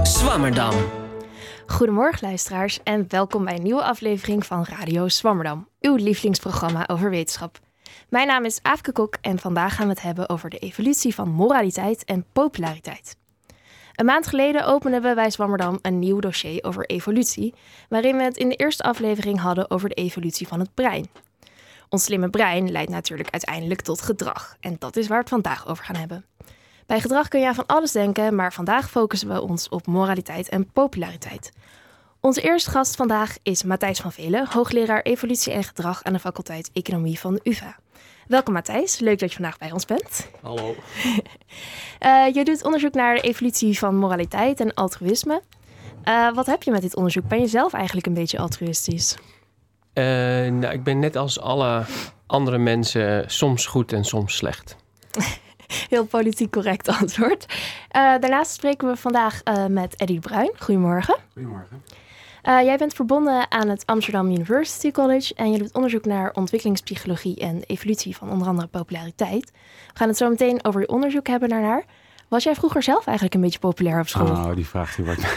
Zwammerdam. Goedemorgen luisteraars en welkom bij een nieuwe aflevering van Radio Zwammerdam, uw lievelingsprogramma over wetenschap. Mijn naam is Aafke Kok en vandaag gaan we het hebben over de evolutie van moraliteit en populariteit. Een maand geleden openden we bij Zwammerdam een nieuw dossier over evolutie, waarin we het in de eerste aflevering hadden over de evolutie van het brein. Ons slimme brein leidt natuurlijk uiteindelijk tot gedrag en dat is waar we het vandaag over gaan hebben. Bij gedrag kun je aan van alles denken, maar vandaag focussen we ons op moraliteit en populariteit. Onze eerste gast vandaag is Matthijs van Velen, hoogleraar evolutie en gedrag aan de faculteit Economie van de UvA. Welkom Matthijs, leuk dat je vandaag bij ons bent. Hallo. Je doet onderzoek naar de evolutie van moraliteit en altruïsme. Wat heb je met dit onderzoek? Ben je zelf eigenlijk een beetje altruïstisch? Ik ben net als alle andere mensen soms goed en soms slecht. Heel politiek correct antwoord. Daarnaast spreken we vandaag met Eddy de Bruin. Goedemorgen. Goedemorgen. Jij bent verbonden aan het Amsterdam University College en je doet onderzoek naar ontwikkelingspsychologie en evolutie van onder andere populariteit. We gaan het zo meteen over je onderzoek hebben daarnaar. Was jij vroeger zelf eigenlijk een beetje populair op school? Oh, die vraag die wordt...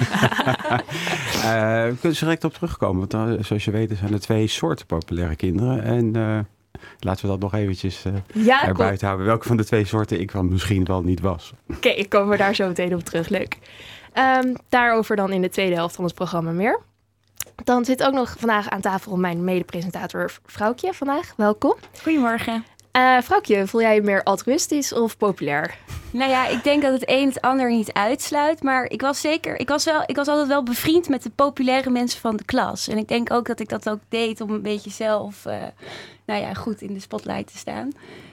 We kunnen direct op terugkomen. Want zoals je weet zijn er 2 soorten populaire kinderen. En laten we dat nog eventjes erbuiten houden. Welke van de 2 soorten ik dan misschien wel niet was. Oké, ik kom er daar zo meteen op terug. Leuk. Daarover dan in de tweede helft van het programma meer. Dan zit ook nog vandaag aan tafel mijn mede-presentator Vrouwtje vandaag. Welkom. Goedemorgen. Vrouwtje, voel jij je meer altruïstisch of populair? Nou ja, ik denk dat het een het ander niet uitsluit. Maar ik was altijd wel bevriend met de populaire mensen van de klas. En ik denk ook dat ik dat ook deed om een beetje zelf goed in de spotlight te staan.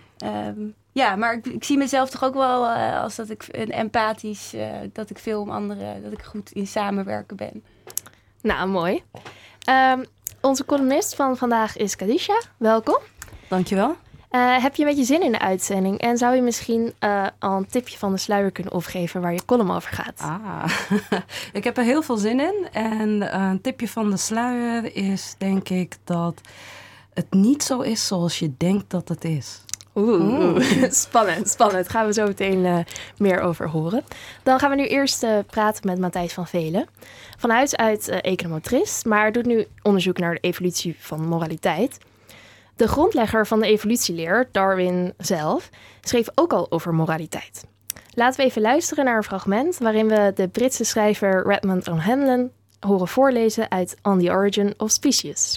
Maar ik zie mezelf toch ook wel als dat ik empathisch, dat ik veel om anderen, dat ik goed in samenwerken ben. Nou, mooi. Onze columnist van vandaag is Kadisha. Welkom. Dankjewel. Heb je een beetje zin in de uitzending? En zou je misschien al een tipje van de sluier kunnen opgeven waar je column over gaat? Ik heb er heel veel zin in. En een tipje van de sluier is denk ik dat het niet zo is zoals je denkt dat het is. Spannend. Gaan we zo meteen meer over horen. Dan gaan we nu eerst praten met Matthijs van Velen. Van huis uit econometrist, maar doet nu onderzoek naar de evolutie van moraliteit. De grondlegger van de evolutieleer, Darwin zelf, schreef ook al over moraliteit. Laten we even luisteren naar een fragment waarin we de Britse schrijver Redmond O'Hanlon horen voorlezen uit On the Origin of Species.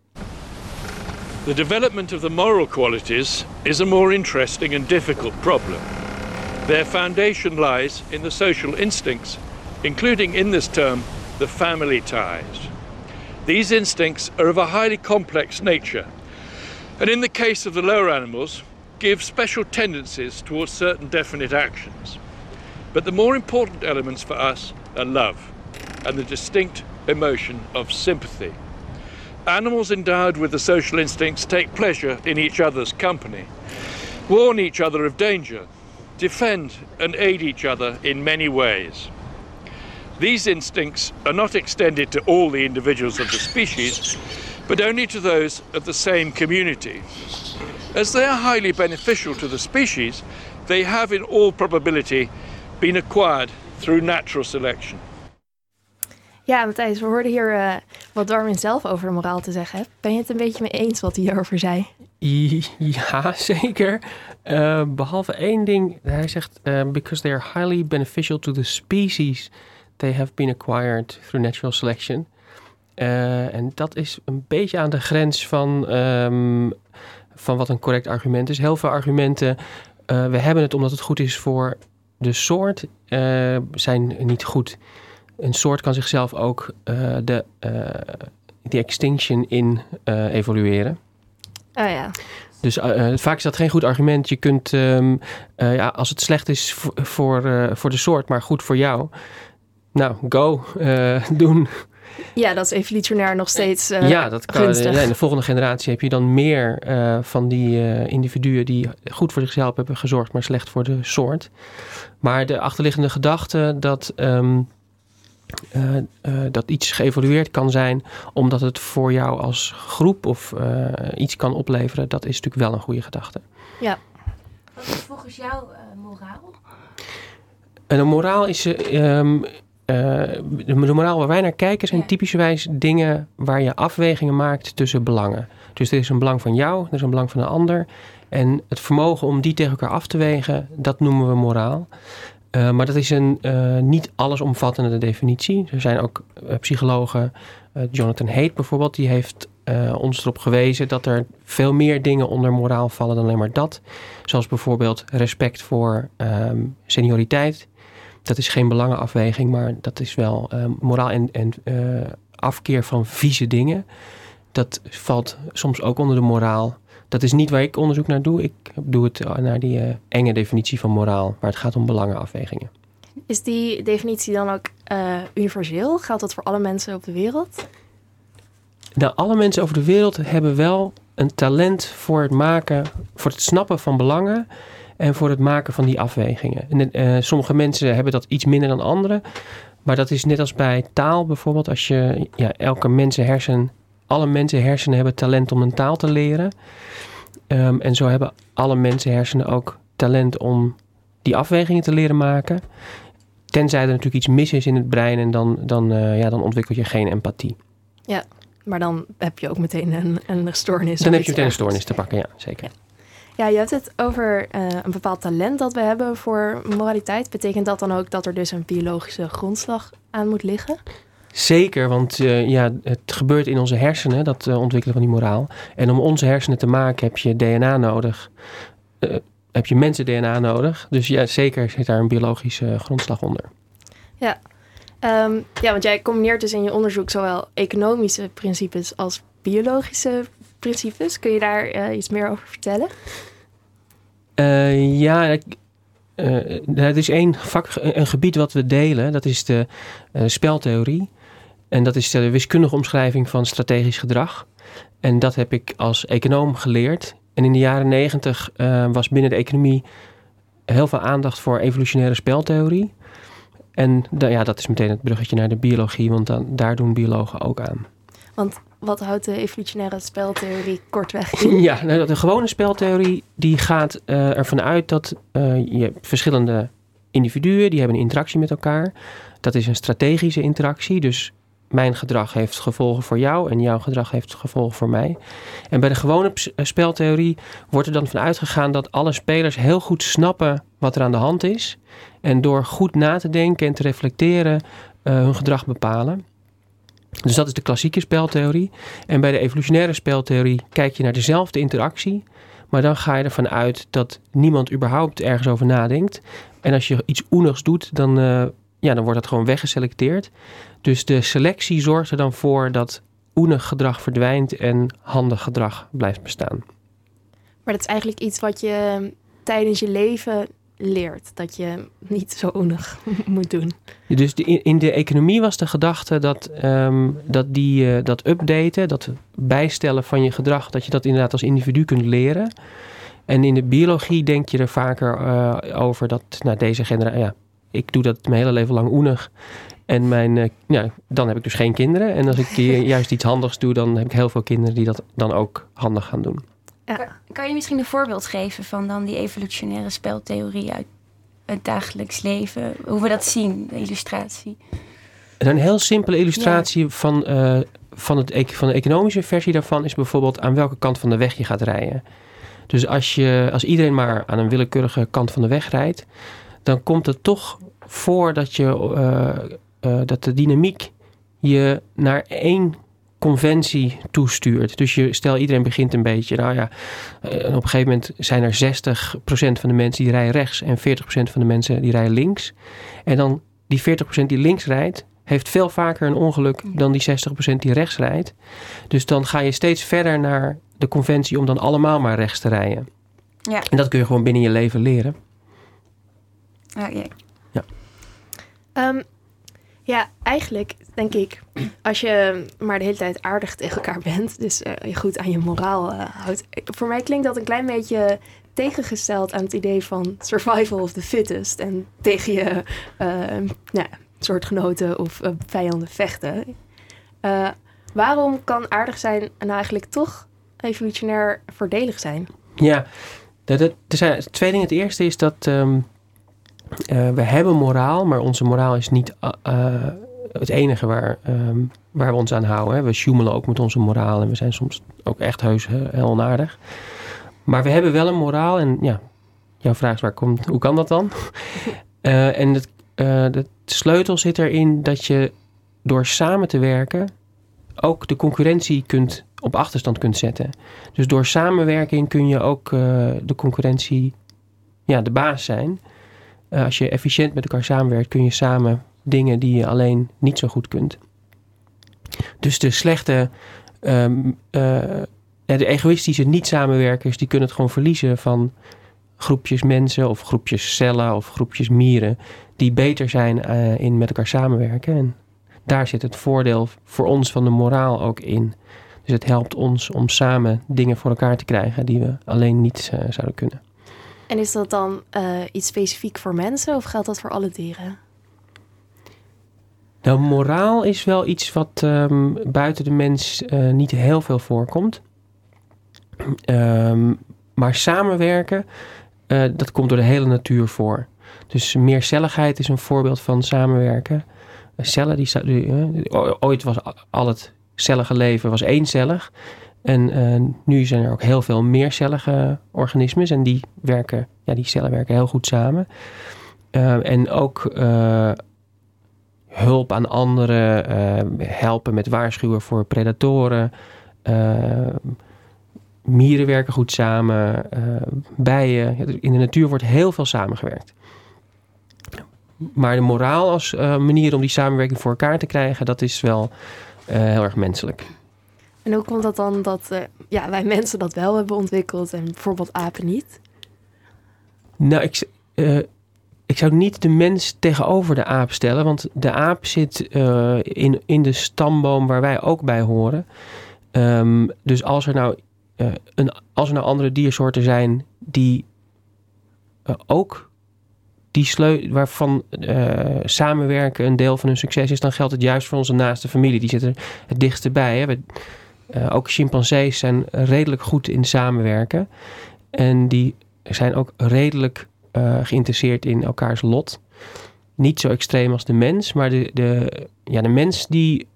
The development of the moral qualities is a more interesting and difficult problem. Their foundation lies in the social instincts, including in this term the family ties. These instincts are of a highly complex nature, and in the case of the lower animals, give special tendencies towards certain definite actions. But the more important elements for us are love and the distinct emotion of sympathy. Animals endowed with the social instincts take pleasure in each other's company, warn each other of danger, defend and aid each other in many ways. These instincts are not extended to all the individuals of the species, but only to those of the same community. As they are highly beneficial to the species, they have in all probability been acquired through natural selection. Ja, Matthijs, we hoorden hier wat Darwin zelf over de moraal te zeggen heeft. Ben je het een beetje mee eens wat hij hierover zei? Ja, zeker. Behalve één ding. Hij zegt, because they are highly beneficial to the species, they have been acquired through natural selection. En dat is een beetje aan de grens van wat een correct argument is. Heel veel argumenten, we hebben het omdat het goed is voor de soort, zijn niet goed. Een soort kan zichzelf ook de extinction in evolueren. Oh ja. Dus vaak is dat geen goed argument. Je kunt, als het slecht is voor de soort, maar goed voor jou. Nou, go, doen. Ja, dat is evolutionair nog steeds dat kan. gunstig. In de volgende generatie heb je dan meer van die individuen die goed voor zichzelf hebben gezorgd, maar slecht voor de soort. Maar de achterliggende gedachte dat iets geëvolueerd kan zijn omdat het voor jou als groep of iets kan opleveren, dat is natuurlijk wel een goede gedachte. Ja. Wat is volgens jou moraal? En een moraal is de moraal waar wij naar kijken zijn typischerwijs dingen waar je afwegingen maakt tussen belangen. Dus er is een belang van jou, er is een belang van een ander. En het vermogen om die tegen elkaar af te wegen, dat noemen we moraal. Maar dat is een niet allesomvattende definitie. Er zijn ook psychologen, Jonathan Haidt bijvoorbeeld, die heeft ons erop gewezen dat er veel meer dingen onder moraal vallen dan alleen maar dat. Zoals bijvoorbeeld respect voor senioriteit. Dat is geen belangenafweging, maar dat is wel moraal en afkeer van vieze dingen. Dat valt soms ook onder de moraal. Dat is niet waar ik onderzoek naar doe. Ik doe het naar die enge definitie van moraal, waar het gaat om belangenafwegingen. Is die definitie dan ook universeel? Geldt dat voor alle mensen op de wereld? Nou, alle mensen over de wereld hebben wel een talent voor het snappen van belangen en voor het maken van die afwegingen. En, sommige mensen hebben dat iets minder dan anderen, maar dat is net als bij taal bijvoorbeeld. Als je alle mensen hersenen hebben talent om een taal te leren. En zo hebben alle mensen hersenen ook talent om die afwegingen te leren maken. Tenzij er natuurlijk iets mis is in het brein en dan ontwikkel je geen empathie. Ja, maar dan heb je ook meteen een stoornis. Dan heb je meteen een stoornis te pakken, ja, zeker. Ja, je hebt het over een bepaald talent dat we hebben voor moraliteit. Betekent dat dan ook dat er dus een biologische grondslag aan moet liggen? Zeker, want het gebeurt in onze hersenen, dat ontwikkelen van die moraal. En om onze hersenen te maken heb je DNA nodig. Heb je mensen-DNA nodig. Dus ja, zeker zit daar een biologische grondslag onder. Ja. Want jij combineert dus in je onderzoek zowel economische principes als biologische principes. Kun je daar iets meer over vertellen? Het is een gebied wat we delen. Dat is de speltheorie. En dat is de wiskundige omschrijving van strategisch gedrag. En dat heb ik als econoom geleerd. En in de jaren 90 was binnen de economie heel veel aandacht voor evolutionaire speltheorie. En dat is meteen het bruggetje naar de biologie, want daar doen biologen ook aan. Want wat houdt de evolutionaire speltheorie kortweg in? Ja, de gewone speltheorie die gaat ervan uit dat je hebt verschillende individuen, die hebben een interactie met elkaar. Dat is een strategische interactie, dus mijn gedrag heeft gevolgen voor jou en jouw gedrag heeft gevolgen voor mij. En bij de gewone speltheorie wordt er dan van uitgegaan dat alle spelers heel goed snappen wat er aan de hand is. En door goed na te denken en te reflecteren hun gedrag bepalen. Dus dat is de klassieke speltheorie. En bij de evolutionaire speltheorie kijk je naar dezelfde interactie. Maar dan ga je ervan uit dat niemand überhaupt ergens over nadenkt. En als je iets oenigs doet, dan wordt dat gewoon weggeselecteerd. Dus de selectie zorgt er dan voor dat oenig gedrag verdwijnt en handig gedrag blijft bestaan. Maar dat is eigenlijk iets wat je tijdens je leven leert. Dat je niet zo oenig moet doen. Dus in de economie was de gedachte dat updaten, dat bijstellen van je gedrag, dat je dat inderdaad als individu kunt leren. En in de biologie denk je er vaker over dat deze generatie, ik doe dat mijn hele leven lang oenig. En dan heb ik dus geen kinderen. En als ik juist iets handigs doe, dan heb ik heel veel kinderen die dat dan ook handig gaan doen. Ja. Kan je misschien een voorbeeld geven van dan die evolutionaire speltheorie uit het dagelijks leven? Hoe we dat zien, de illustratie. Een heel simpele illustratie van de economische versie daarvan is bijvoorbeeld aan welke kant van de weg je gaat rijden. Dus als iedereen maar aan een willekeurige kant van de weg rijdt, dan komt het toch voor dat dat de dynamiek je naar één conventie toestuurt. Dus stel iedereen begint een beetje, op een gegeven moment zijn er 60% van de mensen die rijden rechts en 40% van de mensen die rijden links. En dan die 40% die links rijdt, heeft veel vaker een ongeluk dan die 60% die rechts rijdt. Dus dan ga je steeds verder naar de conventie om dan allemaal maar rechts te rijden. Ja. En dat kun je gewoon binnen je leven leren. Eigenlijk denk ik, als je maar de hele tijd aardig tegen elkaar bent, dus je goed aan je moraal houdt. Voor mij klinkt dat een klein beetje tegengesteld aan het idee van survival of the fittest. En tegen je soortgenoten of vijanden vechten. Waarom kan aardig zijn nou eigenlijk toch evolutionair voordelig zijn? Ja, er zijn twee dingen. Het eerste is dat We hebben moraal, maar onze moraal is niet het enige waar we ons aan houden. Hè. We sjoemelen ook met onze moraal en we zijn soms ook echt heus heel onaardig. Maar we hebben wel een moraal en ja, jouw vraag is hoe kan dat dan? En de sleutel zit erin dat je door samen te werken ook de concurrentie op achterstand kunt zetten. Dus door samenwerking kun je ook de concurrentie de baas zijn. Als je efficiënt met elkaar samenwerkt, kun je samen dingen die je alleen niet zo goed kunt. Dus de slechte, de egoïstische niet-samenwerkers, die kunnen het gewoon verliezen van groepjes mensen of groepjes cellen of groepjes mieren die beter zijn in met elkaar samenwerken. En daar zit het voordeel voor ons van de moraal ook in. Dus het helpt ons om samen dingen voor elkaar te krijgen die we alleen niet zouden kunnen. En is dat dan iets specifiek voor mensen of geldt dat voor alle dieren? Nou, moraal is wel iets wat buiten de mens niet heel veel voorkomt. Maar samenwerken, dat komt door de hele natuur voor. Dus meercelligheid is een voorbeeld van samenwerken. Cellen, ooit was al het cellige leven was eencellig. En nu zijn er ook heel veel meercellige organismen. En die cellen werken heel goed samen. En ook hulp aan anderen. Helpen met waarschuwen voor predatoren. Mieren werken goed samen. Bijen. In de natuur wordt heel veel samengewerkt. Maar de moraal als manier om die samenwerking voor elkaar te krijgen, dat is wel heel erg menselijk. En hoe komt dat dan dat wij mensen dat wel hebben ontwikkeld en bijvoorbeeld apen niet? Nou, ik zou niet de mens tegenover de aap stellen, want de aap zit in de stamboom waar wij ook bij horen. Dus als er nou andere diersoorten zijn die ook waarvan samenwerken een deel van hun succes is, dan geldt het juist voor onze naaste familie. Die zitten er het dichtst bij. Hè. Ook chimpansees zijn redelijk goed in samenwerken. En die zijn ook redelijk geïnteresseerd in elkaars lot. Niet zo extreem als de mens, maar de mens die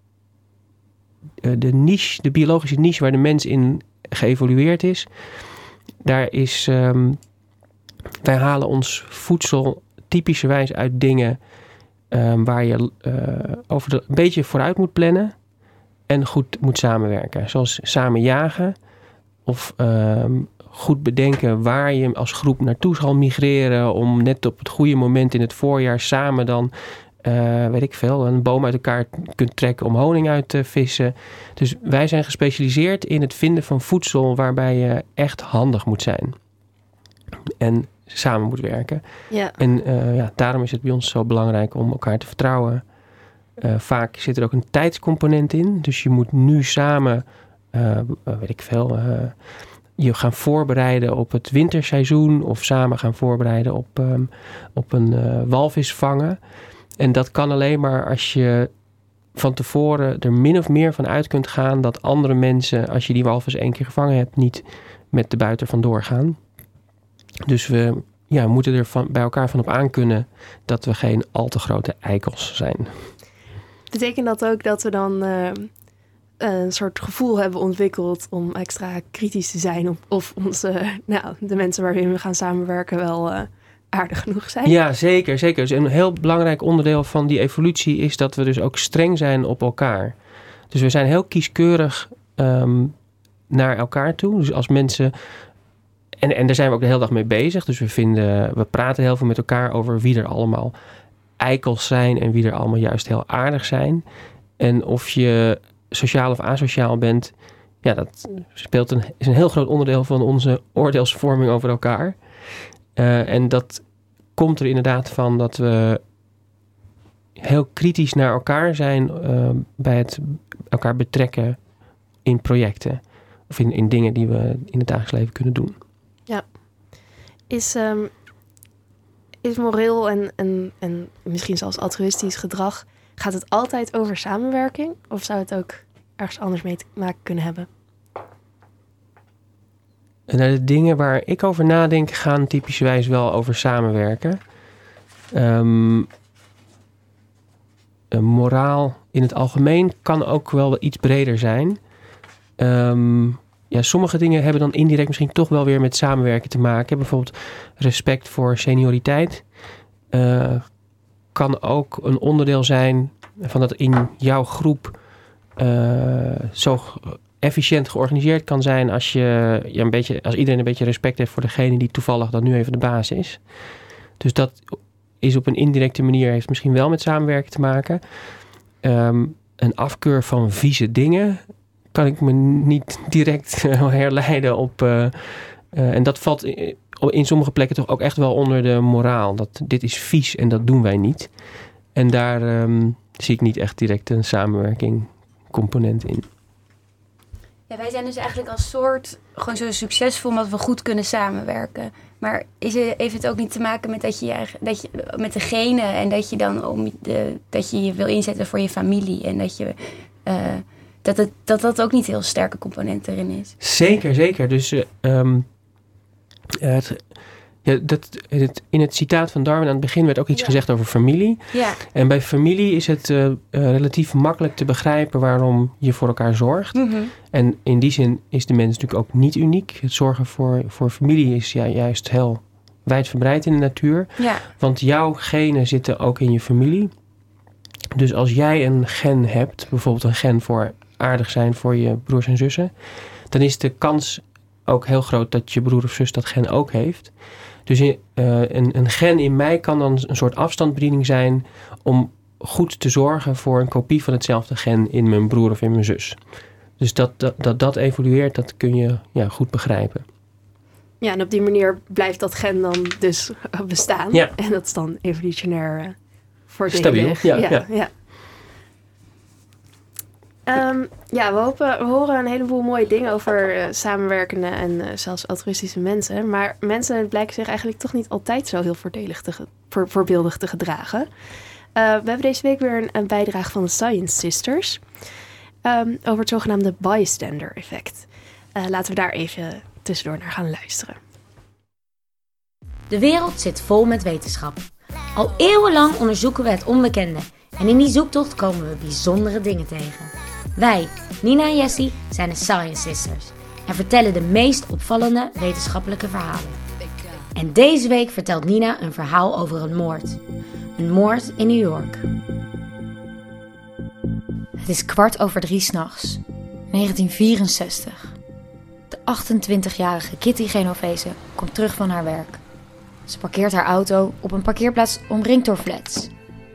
de biologische niche waar de mens in geëvolueerd is, daar is wij halen ons voedsel typischerwijs uit dingen waar je een beetje vooruit moet plannen en goed moet samenwerken. Zoals samen jagen of goed bedenken waar je als groep naartoe zal migreren om net op het goede moment in het voorjaar samen dan een boom uit elkaar kunt trekken om honing uit te vissen. Dus wij zijn gespecialiseerd in het vinden van voedsel waarbij je echt handig moet zijn. En samen moet werken. Ja. En daarom is het bij ons zo belangrijk om elkaar te vertrouwen. Vaak zit er ook een tijdscomponent in. Dus je moet nu samen, je gaan voorbereiden op het winterseizoen. Of samen gaan voorbereiden op een walvis vangen. En dat kan alleen maar als je van tevoren er min of meer van uit kunt gaan dat andere mensen, als je die walvis 1 keer gevangen hebt, niet met de buit er vandoor gaan. Dus we moeten er bij elkaar van op aankunnen dat we geen al te grote eikels zijn. Betekent dat ook dat we dan een soort gevoel hebben ontwikkeld om extra kritisch te zijn of de mensen waarin we gaan samenwerken wel aardig genoeg zijn? Ja, zeker. Dus een heel belangrijk onderdeel van die evolutie is dat we dus ook streng zijn op elkaar. Dus we zijn heel kieskeurig naar elkaar toe. Dus als mensen, en daar zijn we ook de hele dag mee bezig. Dus we praten heel veel met elkaar over wie er allemaal eikels zijn en wie er allemaal juist heel aardig zijn. En of je sociaal of asociaal bent, dat is een heel groot onderdeel van onze oordeelsvorming over elkaar. En dat komt er inderdaad van dat we heel kritisch naar elkaar zijn bij het elkaar betrekken in projecten. Of in dingen die we in het dagelijks leven kunnen doen. Ja. Is moreel en misschien zelfs altruïstisch gedrag, gaat het altijd over samenwerking? Of zou het ook ergens anders mee te maken kunnen hebben? En de dingen waar ik over nadenk gaan typischerwijs wel over samenwerken. Moraal in het algemeen kan ook wel iets breder zijn. Sommige dingen hebben dan indirect misschien toch wel weer met samenwerken te maken. Bijvoorbeeld respect voor senioriteit. Kan ook een onderdeel zijn van dat in jouw groep zo efficiënt georganiseerd kan zijn als iedereen een beetje respect heeft voor degene die toevallig dan nu even de baas is. Dus dat is op een indirecte manier, heeft misschien wel met samenwerken te maken. Een afkeur van vieze dingen kan ik me niet direct herleiden op. En dat valt in sommige plekken toch ook echt wel onder de moraal. Dat dit is vies en dat doen wij niet. En daar zie ik niet echt direct een samenwerking component in. Ja, wij zijn dus eigenlijk als soort gewoon zo succesvol omdat we goed kunnen samenwerken. Maar heeft het ook niet te maken met dat je met de genen en dat je dan dat je wil inzetten voor je familie en dat je dat ook niet een heel sterke component erin is? Zeker. Dus in het citaat van Darwin aan het begin werd ook iets gezegd over familie. Ja. En bij familie is het relatief makkelijk te begrijpen waarom je voor elkaar zorgt. Mm-hmm. En in die zin is de mens natuurlijk ook niet uniek. Het zorgen voor familie is juist heel wijdverbreid in de natuur. Ja. Want jouw genen zitten ook in je familie. Dus als jij een gen hebt, bijvoorbeeld een gen voor aardig zijn voor je broers en zussen, dan is de kans ook heel groot dat je broer of zus dat gen ook heeft. Dus een gen in mij kan dan een soort afstandsbediening zijn om goed te zorgen voor een kopie van hetzelfde gen in mijn broer of in mijn zus. Dus dat evolueert, dat kun je goed begrijpen. Ja, en op die manier blijft dat gen dan dus bestaan. Ja. En dat is dan evolutionair voordelig. Stabiel, ja. We horen een heleboel mooie dingen over samenwerkende en zelfs altruïstische mensen. Maar mensen blijken zich eigenlijk toch niet altijd zo heel voorbeeldig te gedragen. We hebben deze week weer een bijdrage van de Science Sisters over het zogenaamde bystander effect. Laten we daar even tussendoor naar gaan luisteren. De wereld zit vol met wetenschap. Al eeuwenlang onderzoeken we het onbekende. En in die zoektocht komen we bijzondere dingen tegen. Wij, Nina en Jessie, zijn de Science Sisters en vertellen de meest opvallende wetenschappelijke verhalen. En deze week vertelt Nina een verhaal over een moord. Een moord in New York. Het is 2:15 s'nachts, 1964. De 28-jarige Kitty Genovese komt terug van haar werk. Ze parkeert haar auto op een parkeerplaats omringd door flats.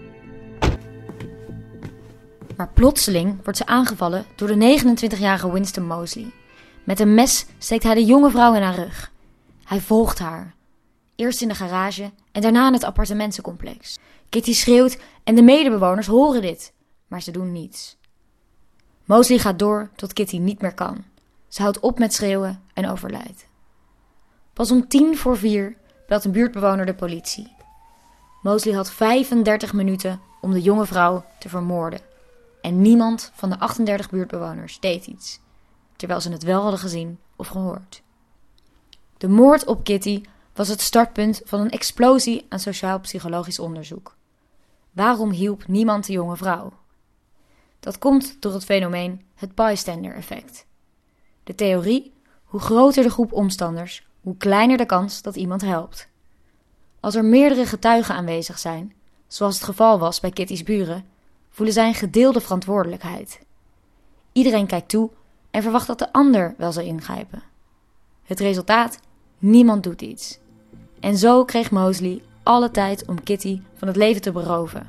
Maar plotseling wordt ze aangevallen door de 29-jarige Winston Moseley. Met een mes steekt hij de jonge vrouw in haar rug. Hij volgt haar. Eerst in de garage en daarna in het appartementencomplex. Kitty schreeuwt en de medebewoners horen dit, maar ze doen niets. Moseley gaat door tot Kitty niet meer kan. Ze houdt op met schreeuwen en overlijdt. Pas om 3:50 belt een buurtbewoner de politie. Moseley had 35 minuten om de jonge vrouw te vermoorden. En niemand van de 38 buurtbewoners deed iets, terwijl ze het wel hadden gezien of gehoord. De moord op Kitty was het startpunt van een explosie aan sociaal-psychologisch onderzoek. Waarom hielp niemand de jonge vrouw? Dat komt door het fenomeen het bystander effect. De theorie, hoe groter de groep omstanders, hoe kleiner de kans dat iemand helpt. Als er meerdere getuigen aanwezig zijn, zoals het geval was bij Kitty's buren, voelen zij een gedeelde verantwoordelijkheid. Iedereen kijkt toe en verwacht dat de ander wel zal ingrijpen. Het resultaat? Niemand doet iets. En zo kreeg Moseley alle tijd om Kitty van het leven te beroven.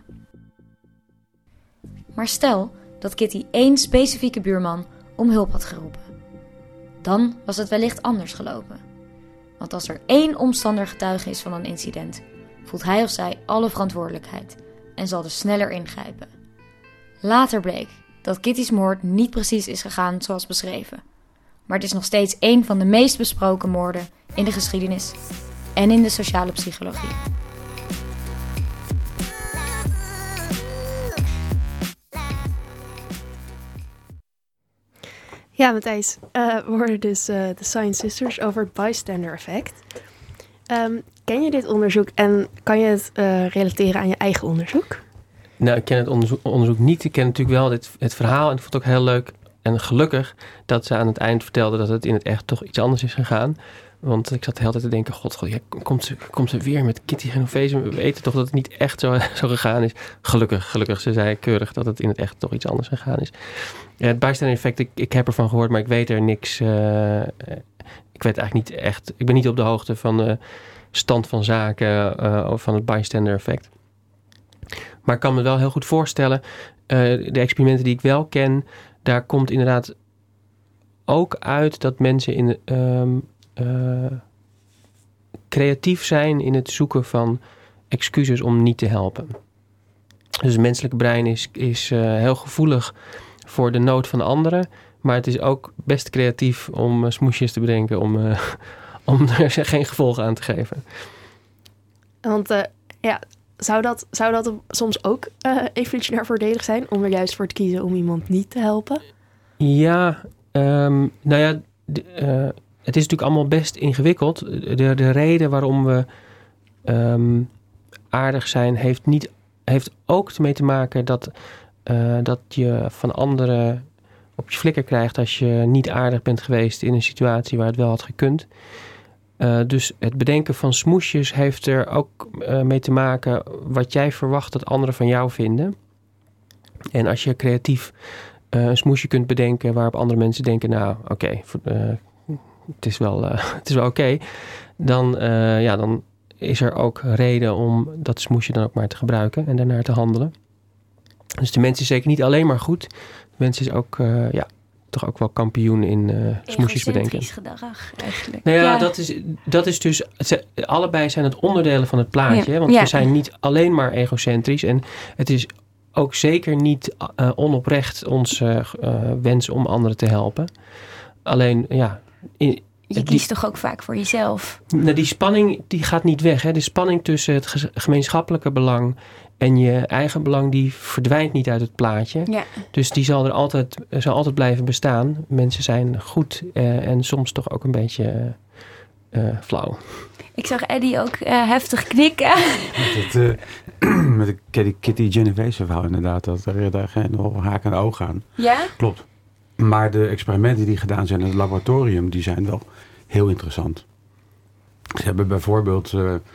Maar stel dat Kitty 1 specifieke buurman om hulp had geroepen. Dan was het wellicht anders gelopen. Want als er 1 omstander getuige is van een incident, voelt hij of zij alle verantwoordelijkheid en zal dus sneller ingrijpen. Later bleek dat Kitty's moord niet precies is gegaan zoals beschreven. Maar het is nog steeds een van de meest besproken moorden in de geschiedenis en in de sociale psychologie. Ja, Matthijs, we hoorden dus de Science Sisters over het bystander effect. Ken je dit onderzoek en kan je het relateren aan je eigen onderzoek? Nou, ik ken het onderzoek niet. Ik ken natuurlijk wel het verhaal en ik vond het ook heel leuk en gelukkig dat ze aan het eind vertelde dat het in het echt toch iets anders is gegaan. Want ik zat de hele tijd te denken, god, komt ze weer met Kitty Genovese? We weten toch dat het niet echt zo gegaan is. Gelukkig, ze zei keurig dat het in het echt toch iets anders gegaan is. Het bystander effect, ik heb ervan gehoord, maar ik weet er niks. Ik weet eigenlijk niet echt. Ik ben niet op de hoogte van de stand van zaken of van het bystander effect. Maar ik kan me wel heel goed voorstellen, de experimenten die ik wel ken, daar komt inderdaad ook uit dat mensen creatief zijn in het zoeken van excuses om niet te helpen. Dus het menselijke brein is heel gevoelig voor de nood van anderen, maar het is ook best creatief om smoesjes te bedenken om er geen gevolgen aan te geven. Want zou dat soms ook evolutionair voordelig zijn om er juist voor te kiezen om iemand niet te helpen? Ja, het is natuurlijk allemaal best ingewikkeld. De reden waarom we aardig zijn heeft ook ermee te maken dat je van anderen op je flikker krijgt als je niet aardig bent geweest in een situatie waar het wel had gekund. Dus het bedenken van smoesjes heeft er ook mee te maken wat jij verwacht dat anderen van jou vinden. En als je creatief een smoesje kunt bedenken waarop andere mensen denken, nou oké, het is wel oké. Dan is er ook reden om dat smoesje dan ook maar te gebruiken en daarnaar te handelen. Dus de mens is zeker niet alleen maar goed. De mens is ook toch ook wel kampioen in smoesjes bedenken. Gedrag eigenlijk. Nou ja, dat is dus. Allebei zijn het onderdelen van het plaatje. Ja. Want we zijn niet alleen maar egocentrisch. En het is ook zeker niet onoprecht onze wens om anderen te helpen. Alleen, ja. Je kiest toch ook vaak voor jezelf? Nou, die spanning die gaat niet weg. Hè? De spanning tussen het gemeenschappelijke belang en je eigen belang, die verdwijnt niet uit het plaatje. Ja. Dus die zal altijd blijven bestaan. Mensen zijn goed en soms toch ook een beetje flauw. Ik zag Eddie ook heftig knikken. Met de Kitty Genovese verhaal inderdaad. Dat er daar geen haak aan de oog aan. Ja? Klopt. Maar de experimenten die gedaan zijn in het laboratorium, die zijn wel heel interessant. Ze hebben bijvoorbeeld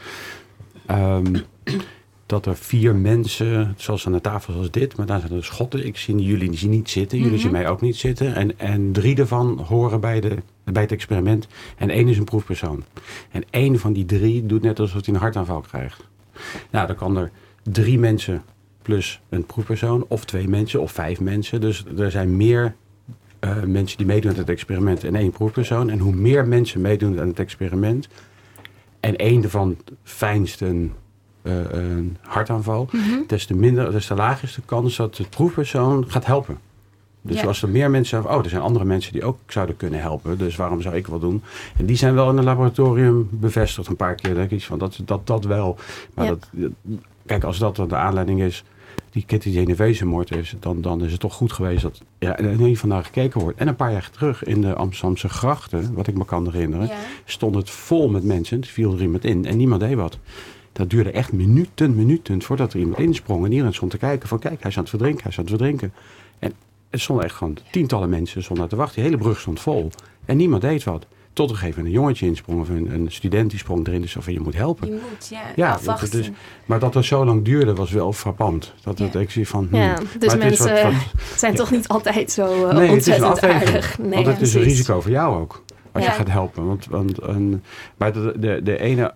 dat er 4 mensen, zoals aan de tafel zoals dit, maar daar zijn er schotten. Ik zie jullie niet zitten, jullie zien mij ook niet zitten. En 3 ervan horen bij het experiment en 1 is een proefpersoon. En 1 van die 3 doet net alsof hij een hartaanval krijgt. Nou, dan kan er 3 mensen plus een proefpersoon, of 2 mensen, of 5 mensen. Dus er zijn meer mensen die meedoen aan het experiment en 1 proefpersoon. En hoe meer mensen meedoen aan het experiment en 1 ervan fijnst een hartaanval, des te lager is de kans dat de proefpersoon gaat helpen. Dus als er meer mensen zeggen, er zijn andere mensen die ook zouden kunnen helpen, dus waarom zou ik wel doen? En die zijn wel in het laboratorium bevestigd een paar keer. Denk ik van dat wel. Maar kijk, als dat dan de aanleiding is, die Kitty Genovese moord is, dan is het toch goed geweest dat er niet vandaag gekeken wordt. En een paar jaar terug in de Amsterdamse grachten, wat ik me kan herinneren, stond het vol met mensen. Het viel er iemand in en niemand deed wat. Dat duurde echt minuten voordat er iemand insprong. En iedereen stond te kijken van, kijk, hij is aan het verdrinken. En er stonden echt gewoon tientallen mensen stonden te wachten. Die hele brug stond vol. En niemand deed wat. Tot er een gegeven moment een jongetje insprong of een student die sprong erin. Dus van, je moet helpen. Je moet, afwachten. Maar dat het zo lang duurde was wel frappant. Ik zie van... dus mensen zijn toch niet altijd zo ontzettend aardig. Nee, want het is een risico voor jou ook. Als je gaat helpen. Maar de ene...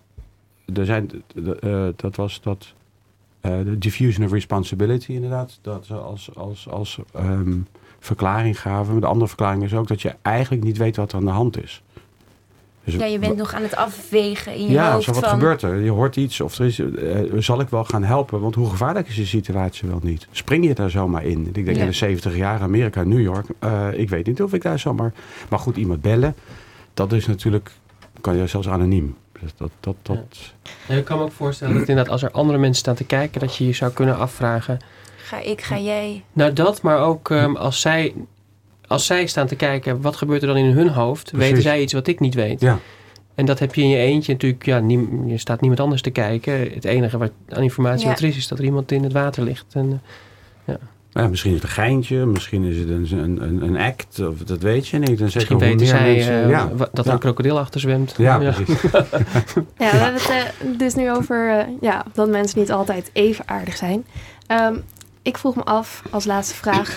Dat was de diffusion of responsibility inderdaad. Dat ze als verklaring gaven. De andere verklaring is ook dat je eigenlijk niet weet wat er aan de hand is. Dus je bent nog aan het afwegen in je hoofd. Ja, wat gebeurt er? Je hoort iets of er is, zal ik wel gaan helpen? Want hoe gevaarlijk is de situatie wel niet? Spring je daar zomaar in? Ik denk in de 70 jaar Amerika, New York. Ik weet niet of ik daar zomaar... Maar goed, iemand bellen, dat is natuurlijk... kan je zelfs anoniem. Dus Ja, ik kan me ook voorstellen dat inderdaad als er andere mensen staan te kijken, dat je je zou kunnen afvragen. Ga jij? Nou dat, maar ook als zij staan te kijken, wat gebeurt er dan in hun hoofd? Precies. Weten zij iets wat ik niet weet? Ja. En dat heb je in je eentje natuurlijk, je staat niemand anders te kijken. Het enige wat aan informatie wat er is dat er iemand in het water ligt. En, Ja, misschien is het een geintje, misschien is het een act, of dat weet je niet. Misschien weten zij dat er een krokodil achter zwemt. Ja, precies. We hebben het dus nu over dat mensen niet altijd even aardig zijn. Ik vroeg me af, als laatste vraag.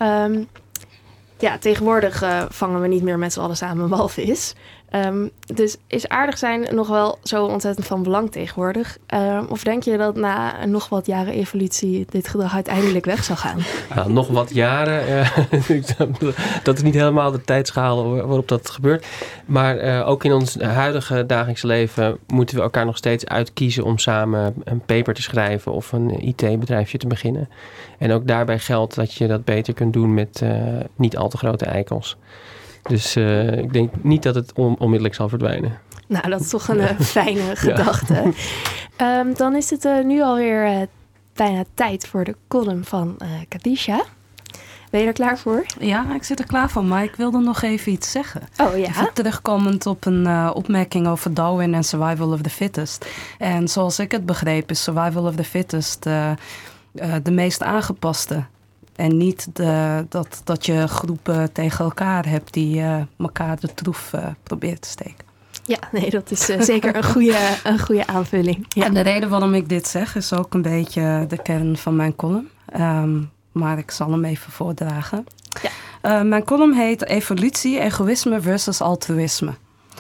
Tegenwoordig vangen we niet meer met z'n allen samen een walvis. Dus is aardig zijn nog wel zo ontzettend van belang tegenwoordig? Of denk je dat na nog wat jaren evolutie dit gedrag uiteindelijk weg zal gaan? Nou, nog wat jaren. Dat is niet helemaal de tijdschaal waarop dat gebeurt. Maar ook in ons huidige dagelijks leven moeten we elkaar nog steeds uitkiezen om samen een paper te schrijven of een IT-bedrijfje te beginnen. En ook daarbij geldt dat je dat beter kunt doen met niet al te grote eikels. Dus ik denk niet dat het onmiddellijk zal verdwijnen. Nou, dat is toch een fijne gedachte. Dan is het nu alweer bijna tijd voor de column van Khadija. Ben je er klaar voor? Ja, ik zit er klaar voor, maar ik wilde nog even iets zeggen. Oh ja? Even terugkomend op een opmerking over Darwin en survival of the fittest. En zoals ik het begreep is survival of the fittest de meest aangepaste. En niet dat je groepen tegen elkaar hebt die elkaar de troef probeert te steken. Ja, nee, dat is zeker een goede aanvulling. Ja. En de reden waarom ik dit zeg is ook een beetje de kern van mijn column. Maar ik zal hem even voordragen. Ja. Mijn column heet Evolutie, Egoïsme versus Altruïsme.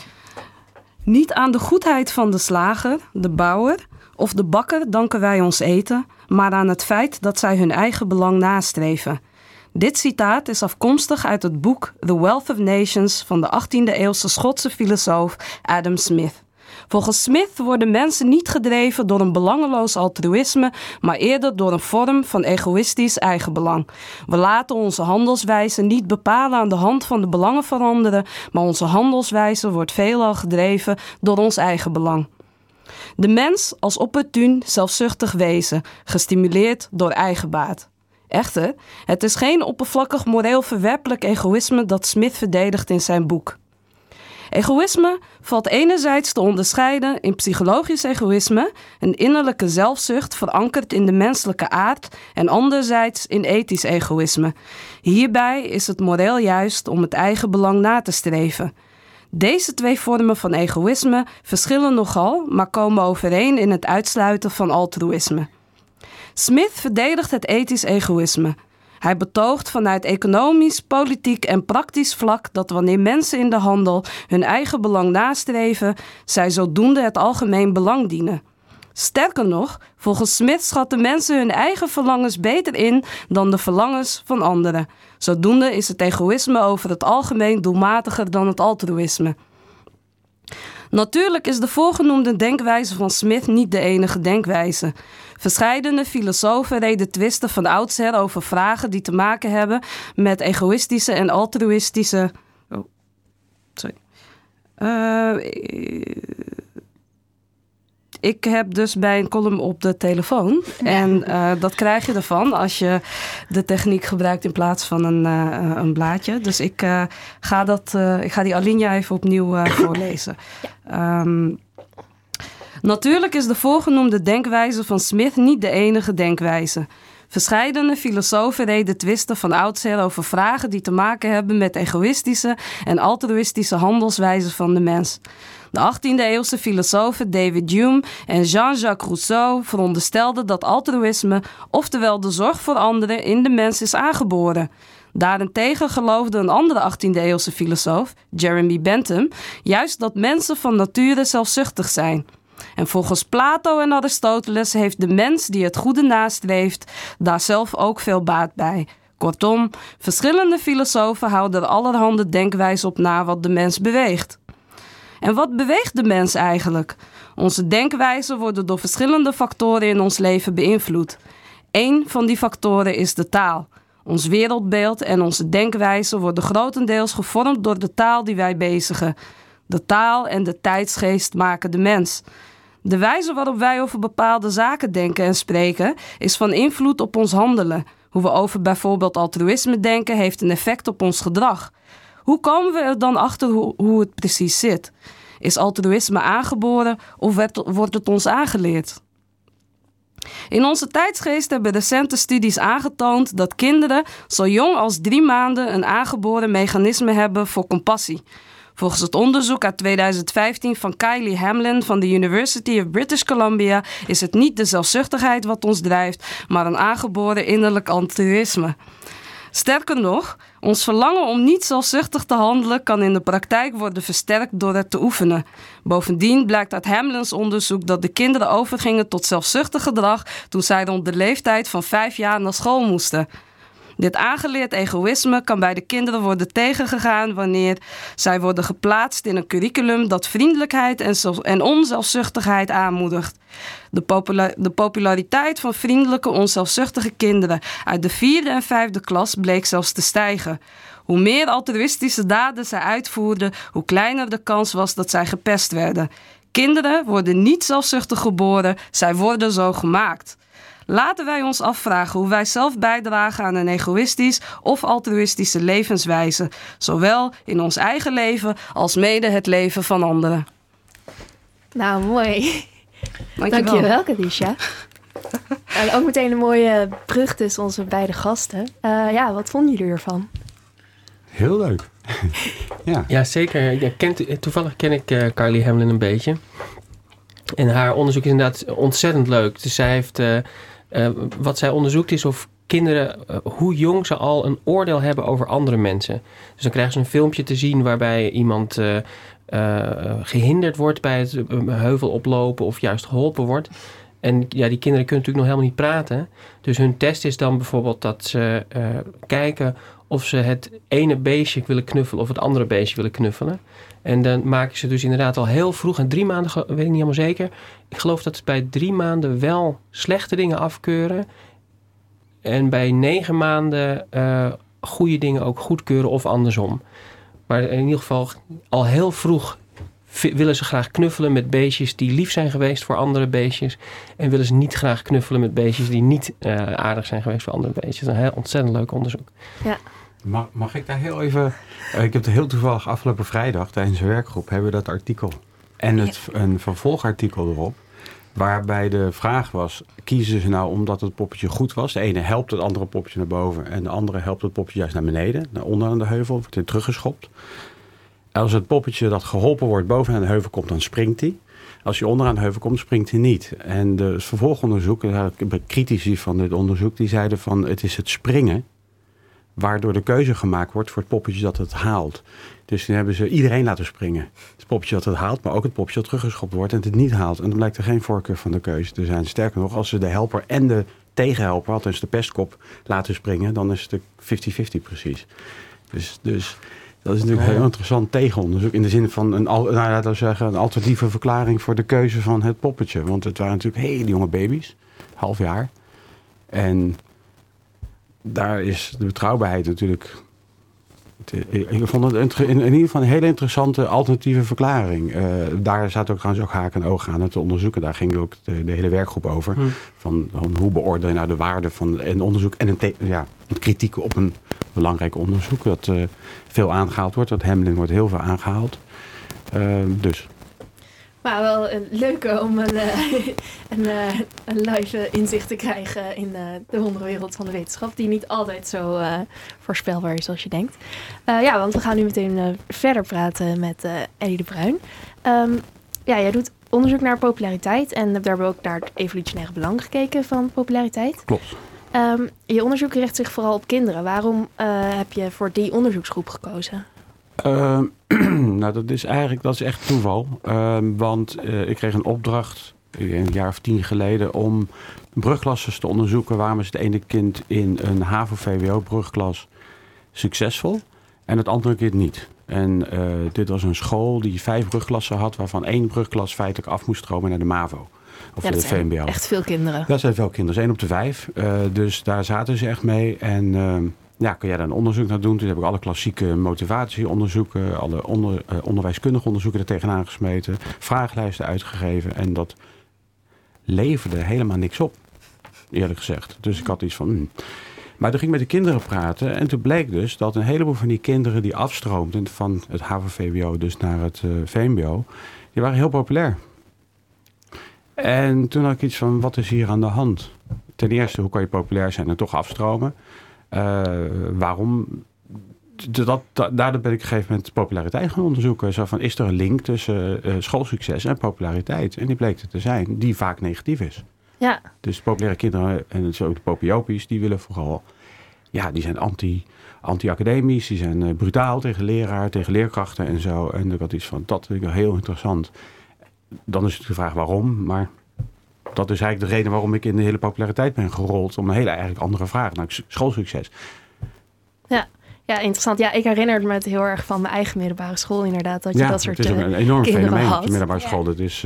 Niet aan de goedheid van de slager, de bouwer of de bakker danken wij ons eten, maar aan het feit dat zij hun eigen belang nastreven. Dit citaat is afkomstig uit het boek The Wealth of Nations van de 18e-eeuwse Schotse filosoof Adam Smith. Volgens Smith worden mensen niet gedreven door een belangeloos altruïsme, maar eerder door een vorm van egoïstisch eigenbelang. We laten onze handelswijze niet bepalen aan de hand van de belangen van anderen, maar onze handelswijze wordt veelal gedreven door ons eigen belang. De mens als opportun, zelfzuchtig wezen, gestimuleerd door eigenbaat. Echter, het is geen oppervlakkig moreel verwerpelijk egoïsme dat Smith verdedigt in zijn boek. Egoïsme valt enerzijds te onderscheiden in psychologisch egoïsme, een innerlijke zelfzucht verankerd in de menselijke aard, en anderzijds in ethisch egoïsme. Hierbij is het moreel juist om het eigen belang na te streven. Deze twee vormen van egoïsme verschillen nogal, maar komen overeen in het uitsluiten van altruïsme. Smith verdedigt het ethisch egoïsme. Hij betoogt vanuit economisch, politiek en praktisch vlak dat wanneer mensen in de handel hun eigen belang nastreven, zij zodoende het algemeen belang dienen. Sterker nog, volgens Smith schatten mensen hun eigen verlangens beter in dan de verlangens van anderen. Zodoende is het egoïsme over het algemeen doelmatiger dan het altruïsme. Natuurlijk is de voorgenoemde denkwijze van Smith niet de enige denkwijze. Verscheidene filosofen reden twisten van oudsher over vragen die te maken hebben met egoïstische en altruïstische... Ik heb dus bij een column op de telefoon. En dat krijg je ervan als je de techniek gebruikt in plaats van een blaadje. Dus ik ga die alinea even opnieuw voorlezen. Ja. Natuurlijk is de voorgenoemde denkwijze van Smith niet de enige denkwijze. Verscheidene filosofen reden twisten van oudsher over vragen die te maken hebben met egoïstische en altruïstische handelswijzen van de mens. De 18e-eeuwse filosofen David Hume en Jean-Jacques Rousseau veronderstelden dat altruïsme, oftewel de zorg voor anderen, in de mens is aangeboren. Daarentegen geloofde een andere 18e-eeuwse filosoof, Jeremy Bentham, juist dat mensen van nature zelfzuchtig zijn. En volgens Plato en Aristoteles heeft de mens die het goede nastreeft daar zelf ook veel baat bij. Kortom, verschillende filosofen houden er allerhande denkwijzen op na wat de mens beweegt. En wat beweegt de mens eigenlijk? Onze denkwijzen worden door verschillende factoren in ons leven beïnvloed. Eén van die factoren is de taal. Ons wereldbeeld en onze denkwijzen worden grotendeels gevormd door de taal die wij bezigen. De taal en de tijdsgeest maken de mens. De wijze waarop wij over bepaalde zaken denken en spreken is van invloed op ons handelen. Hoe we over bijvoorbeeld altruïsme denken heeft een effect op ons gedrag. Hoe komen we er dan achter hoe het precies zit? Is altruïsme aangeboren of wordt het ons aangeleerd? In onze tijdsgeest hebben recente studies aangetoond dat kinderen zo jong als 3 maanden een aangeboren mechanisme hebben voor compassie. Volgens het onderzoek uit 2015 van Kylie Hamlin van de University of British Columbia is het niet de zelfzuchtigheid wat ons drijft, maar een aangeboren innerlijk altruïsme. Sterker nog, ons verlangen om niet zelfzuchtig te handelen kan in de praktijk worden versterkt door het te oefenen. Bovendien blijkt uit Hamlins onderzoek dat de kinderen overgingen tot zelfzuchtig gedrag toen zij rond de leeftijd van 5 jaar naar school moesten. Dit aangeleerd egoïsme kan bij de kinderen worden tegengegaan wanneer zij worden geplaatst in een curriculum dat vriendelijkheid en onzelfzuchtigheid aanmoedigt. De populariteit van vriendelijke, onzelfzuchtige kinderen uit de 4e en 5e klas bleek zelfs te stijgen. Hoe meer altruïstische daden zij uitvoerden, hoe kleiner de kans was dat zij gepest werden. Kinderen worden niet zelfzuchtig geboren, zij worden zo gemaakt. Laten wij ons afvragen hoe wij zelf bijdragen aan een egoïstisch of altruïstische levenswijze, zowel in ons eigen leven als mede het leven van anderen. Nou, mooi. Dankjewel, Kadisha. En ook meteen een mooie brug tussen onze beide gasten. Wat vonden jullie ervan? Heel leuk. Ja, zeker. Toevallig ken ik Kylie Hamlin een beetje. En haar onderzoek is inderdaad ontzettend leuk. Dus zij heeft... wat zij onderzoekt is of kinderen, hoe jong ze al een oordeel hebben over andere mensen. Dus dan krijgen ze een filmpje te zien waarbij iemand gehinderd wordt bij het heuvel oplopen of juist geholpen wordt. En ja, die kinderen kunnen natuurlijk nog helemaal niet praten. Dus hun test is dan bijvoorbeeld dat ze kijken of ze het ene beestje willen knuffelen of het andere beestje willen knuffelen. En dan maken ze dus inderdaad al heel vroeg, en 3 maanden, weet ik niet helemaal zeker. Ik geloof dat ze bij 3 maanden wel slechte dingen afkeuren. En bij 9 maanden goede dingen ook goedkeuren of andersom. Maar in ieder geval al heel vroeg willen ze graag knuffelen met beestjes die lief zijn geweest voor andere beestjes. En willen ze niet graag knuffelen met beestjes die niet aardig zijn geweest voor andere beestjes. Een heel ontzettend leuk onderzoek. Ja. Mag ik daar heel even... ik heb het heel toevallig afgelopen vrijdag tijdens een werkgroep hebben we dat artikel. En een vervolgartikel erop. Waarbij de vraag was, kiezen ze nou omdat het poppetje goed was? De ene helpt het andere poppetje naar boven. En de andere helpt het poppetje juist naar beneden. Naar onder aan de heuvel, wordt hij teruggeschopt. Als het poppetje dat geholpen wordt boven aan de heuvel komt, dan springt hij. Als hij onderaan de heuvel komt, springt hij niet. En de vervolgonderzoek, de critici van dit onderzoek, die zeiden van het is het springen waardoor de keuze gemaakt wordt voor het poppetje dat het haalt. Dus toen hebben ze iedereen laten springen. Het poppetje dat het haalt, maar ook het poppetje dat teruggeschopt wordt en het niet haalt. En dan blijkt er geen voorkeur van de keuze te zijn. Sterker nog, als ze de helper en de tegenhelper, althans de pestkop, laten springen, dan is het 50-50 precies. Dus dat is natuurlijk een heel interessant tegenonderzoek. In de zin van een alternatieve verklaring voor de keuze van het poppetje. Want het waren natuurlijk hele jonge baby's, half jaar. En daar is de betrouwbaarheid natuurlijk... Ik vond het in ieder geval een hele interessante alternatieve verklaring. Daar zaten ook trouwens ook haken en ogen aan het onderzoeken. Daar ging ook de hele werkgroep over. Van hoe beoordeel je nou de waarde van een onderzoek en een kritiek op een belangrijk onderzoek. Dat veel aangehaald wordt. Dat Hamlin wordt heel veel aangehaald. Dus... Maar wel leuk om een live inzicht te krijgen in de wonderwereld van de wetenschap. Die niet altijd zo voorspelbaar is als je denkt. Want we gaan nu meteen verder praten met Ellie de Bruin. Jij doet onderzoek naar populariteit. En daar hebben we ook naar het evolutionaire belang gekeken van populariteit. Klopt. Je onderzoek richt zich vooral op kinderen. Waarom heb je voor die onderzoeksgroep gekozen? Dat is echt toeval. Want ik kreeg een opdracht een jaar of 10 geleden om brugklassen te onderzoeken. Waarom is het ene kind in een HAVO-VWO-brugklas succesvol en het andere kind niet? En dit was een school die 5 brugklassen had, waarvan 1 brugklas feitelijk af moest stromen naar de MAVO. Of de VMBO. Zijn echt veel kinderen. Dat zijn veel kinderen. 1 op de 5. Dus daar zaten ze echt mee. En kun jij daar een onderzoek naar doen? Toen heb ik alle klassieke motivatieonderzoeken, alle onderwijskundige onderzoeken er tegenaan gesmeten, vragenlijsten uitgegeven. En dat leverde helemaal niks op, eerlijk gezegd. Dus ik had iets van... Maar toen ging ik met de kinderen praten. En toen bleek dus dat een heleboel van die kinderen die afstroomden van het HAVO-VWO dus naar het VMBO, die waren heel populair. En toen had ik iets van, wat is hier aan de hand? Ten eerste, hoe kan je populair zijn en toch afstromen? Waarom? Daardoor ben ik op een gegeven moment populariteit gaan onderzoeken. Zo van, is er een link tussen schoolsucces en populariteit? En die bleek er te zijn, die vaak negatief is. Ja. Dus populaire kinderen, en zo ook de popiopies, die willen vooral, die zijn anti-academisch, die zijn brutaal tegen leraar, tegen leerkrachten en zo. En ik had iets van, dat vind ik heel interessant. Dan is het de vraag waarom, maar dat is eigenlijk de reden waarom ik in de hele populariteit ben gerold. Om een hele eigenlijk andere vraag, namelijk schoolsucces. Ja, interessant. Ja, ik herinner me het heel erg van mijn eigen middelbare school inderdaad. Dat je dat soort het is ook een enorm fenomeen op de middelbare school. Dat is...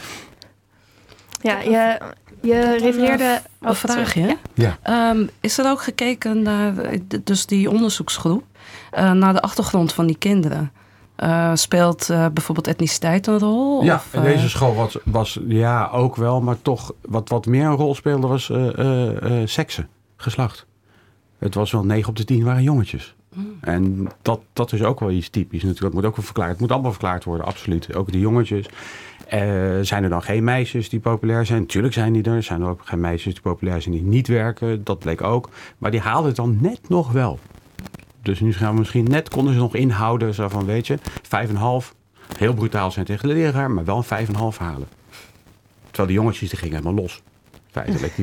Je refereerde... Een vraagje. Ja. Is er ook gekeken naar dus die onderzoeksgroep, naar de achtergrond van die kinderen? Speelt bijvoorbeeld etniciteit een rol? Ja, of, in deze school was ook wel, maar toch wat meer een rol speelde was seksen, geslacht. Het was wel 9 op de 10 waren jongetjes. En dat is ook wel iets typisch natuurlijk. Het moet ook wel verklaard. Het moet allemaal verklaard worden, absoluut. Ook de jongetjes. Zijn er dan geen meisjes die populair zijn? Tuurlijk zijn die er. Zijn er ook geen meisjes die populair zijn die niet werken? Dat bleek ook. Maar die haalden het dan net nog wel. Dus nu gaan we misschien net, konden ze nog inhouden. Zo van, weet je, 5,5. Heel brutaal zijn tegen de leraar, maar wel een 5,5 halen. Terwijl die jongetjes, die gingen helemaal los. Feitelijk.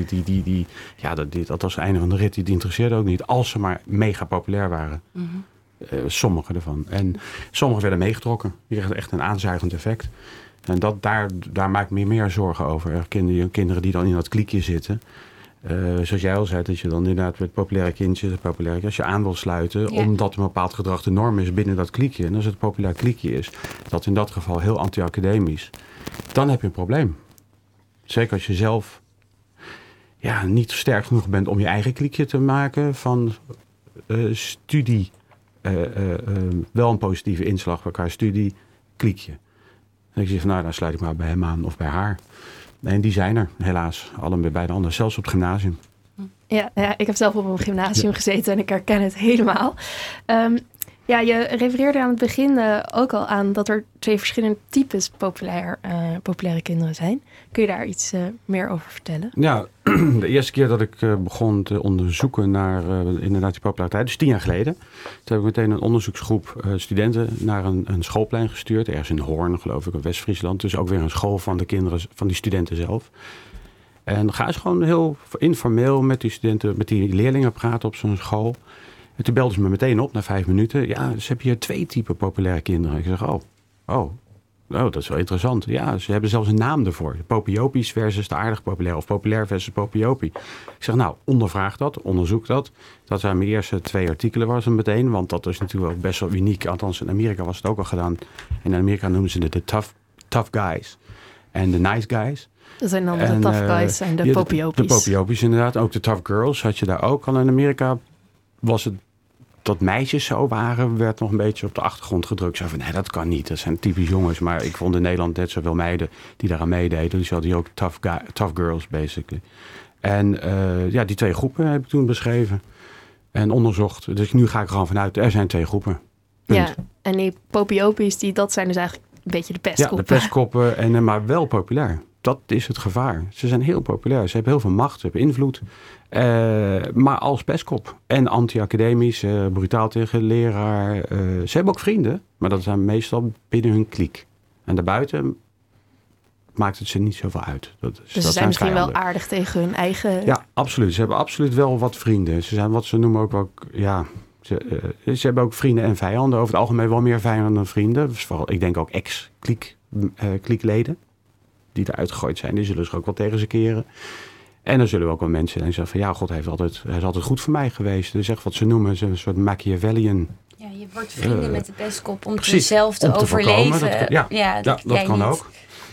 Dat was het einde van de rit. Die interesseerde ook niet. Als ze maar mega populair waren. Mm-hmm. Sommigen ervan. En sommigen werden meegetrokken. Die kregen echt een aanzuigend effect. En daar maak ik me meer zorgen over. Kinderen die dan in dat kliekje zitten. Zoals jij al zei, dat je dan inderdaad met populaire kindjes, als je aan wil sluiten, omdat een bepaald gedrag de norm is binnen dat kliekje. En als het een populair kliekje is, dat in dat geval heel anti-academisch, dan heb je een probleem. Zeker als je zelf niet sterk genoeg bent om je eigen kliekje te maken van studie, wel een positieve inslag bij elkaar, studie, kliekje. En ik zeg van, dan sluit ik maar bij hem aan of bij haar. En die zijn er helaas, allemaal bij de anderen, zelfs op het gymnasium. Ja, ik heb zelf op een gymnasium gezeten en ik herken het helemaal. Je refereerde aan het begin ook al aan dat er 2 verschillende types populaire kinderen zijn. Kun je daar iets meer over vertellen? Ja, de eerste keer dat ik begon te onderzoeken naar inderdaad die populariteit, dus 10 jaar geleden. Toen heb ik meteen een onderzoeksgroep studenten naar een schoolplein gestuurd. Ergens in Hoorn, geloof ik, in West-Friesland. Dus ook weer een school van de kinderen, van die studenten zelf. En dan ga je gewoon heel informeel met die studenten, met die leerlingen praten op zo'n school. En toen belden ze me meteen op na 5 minuten. Ja, dus heb je 2 typen populaire kinderen. Ik zeg, oh, dat is wel interessant. Ja, ze hebben zelfs een naam ervoor. Popiopisch versus de aardig populair. Of populair versus popiopie. Ik zeg, ondervraag dat, onderzoek dat. Dat zijn mijn eerste 2 artikelen was het meteen. Want dat is natuurlijk ook best wel uniek. Althans, in Amerika was het ook al gedaan. En in Amerika noemen ze het de tough guys. En de nice guys. Dat zijn dan de tough guys en de popiopies. De popiopies inderdaad. Ook de tough girls had je daar ook al in Amerika. Was het dat meisjes zo waren, werd nog een beetje op de achtergrond gedrukt. Zo van, nee, dat kan niet. Dat zijn typisch jongens. Maar ik vond in Nederland net zoveel meiden die daaraan meededen. Dus hadden die ook tough girls, basically. En die 2 groepen heb ik toen beschreven. En onderzocht. Dus nu ga ik er gewoon vanuit, er zijn 2 groepen. Punt. Ja, en die popiopies, dat zijn dus eigenlijk een beetje de pestkoppen. Ja, de pestkoppen, maar wel populair. Dat is het gevaar. Ze zijn heel populair. Ze hebben heel veel macht, ze hebben invloed. Maar als pestkop. En anti-academisch, brutaal tegen leraar. Ze hebben ook vrienden, maar dat zijn meestal binnen hun kliek. En daarbuiten maakt het ze niet zoveel uit. Dus ze zijn misschien vijanden. Wel aardig tegen hun eigen... Ja, absoluut. Ze hebben absoluut wel wat vrienden. Ze zijn wat ze noemen ook wel... Ze hebben ook vrienden en vijanden. Over het algemeen wel meer vijanden dan vrienden. Dus vooral, ik denk ook ex-kliekleden. Die eruit gegooid zijn. Die zullen zich ook wel tegen ze keren. En er zullen ook wel mensen zijn die zeggen van... hij is altijd goed voor mij geweest. Dus echt wat ze noemen, een soort Machiavellian... Ja, je wordt vrienden met de pestkop om jezelf te overleven. Dat kan ook.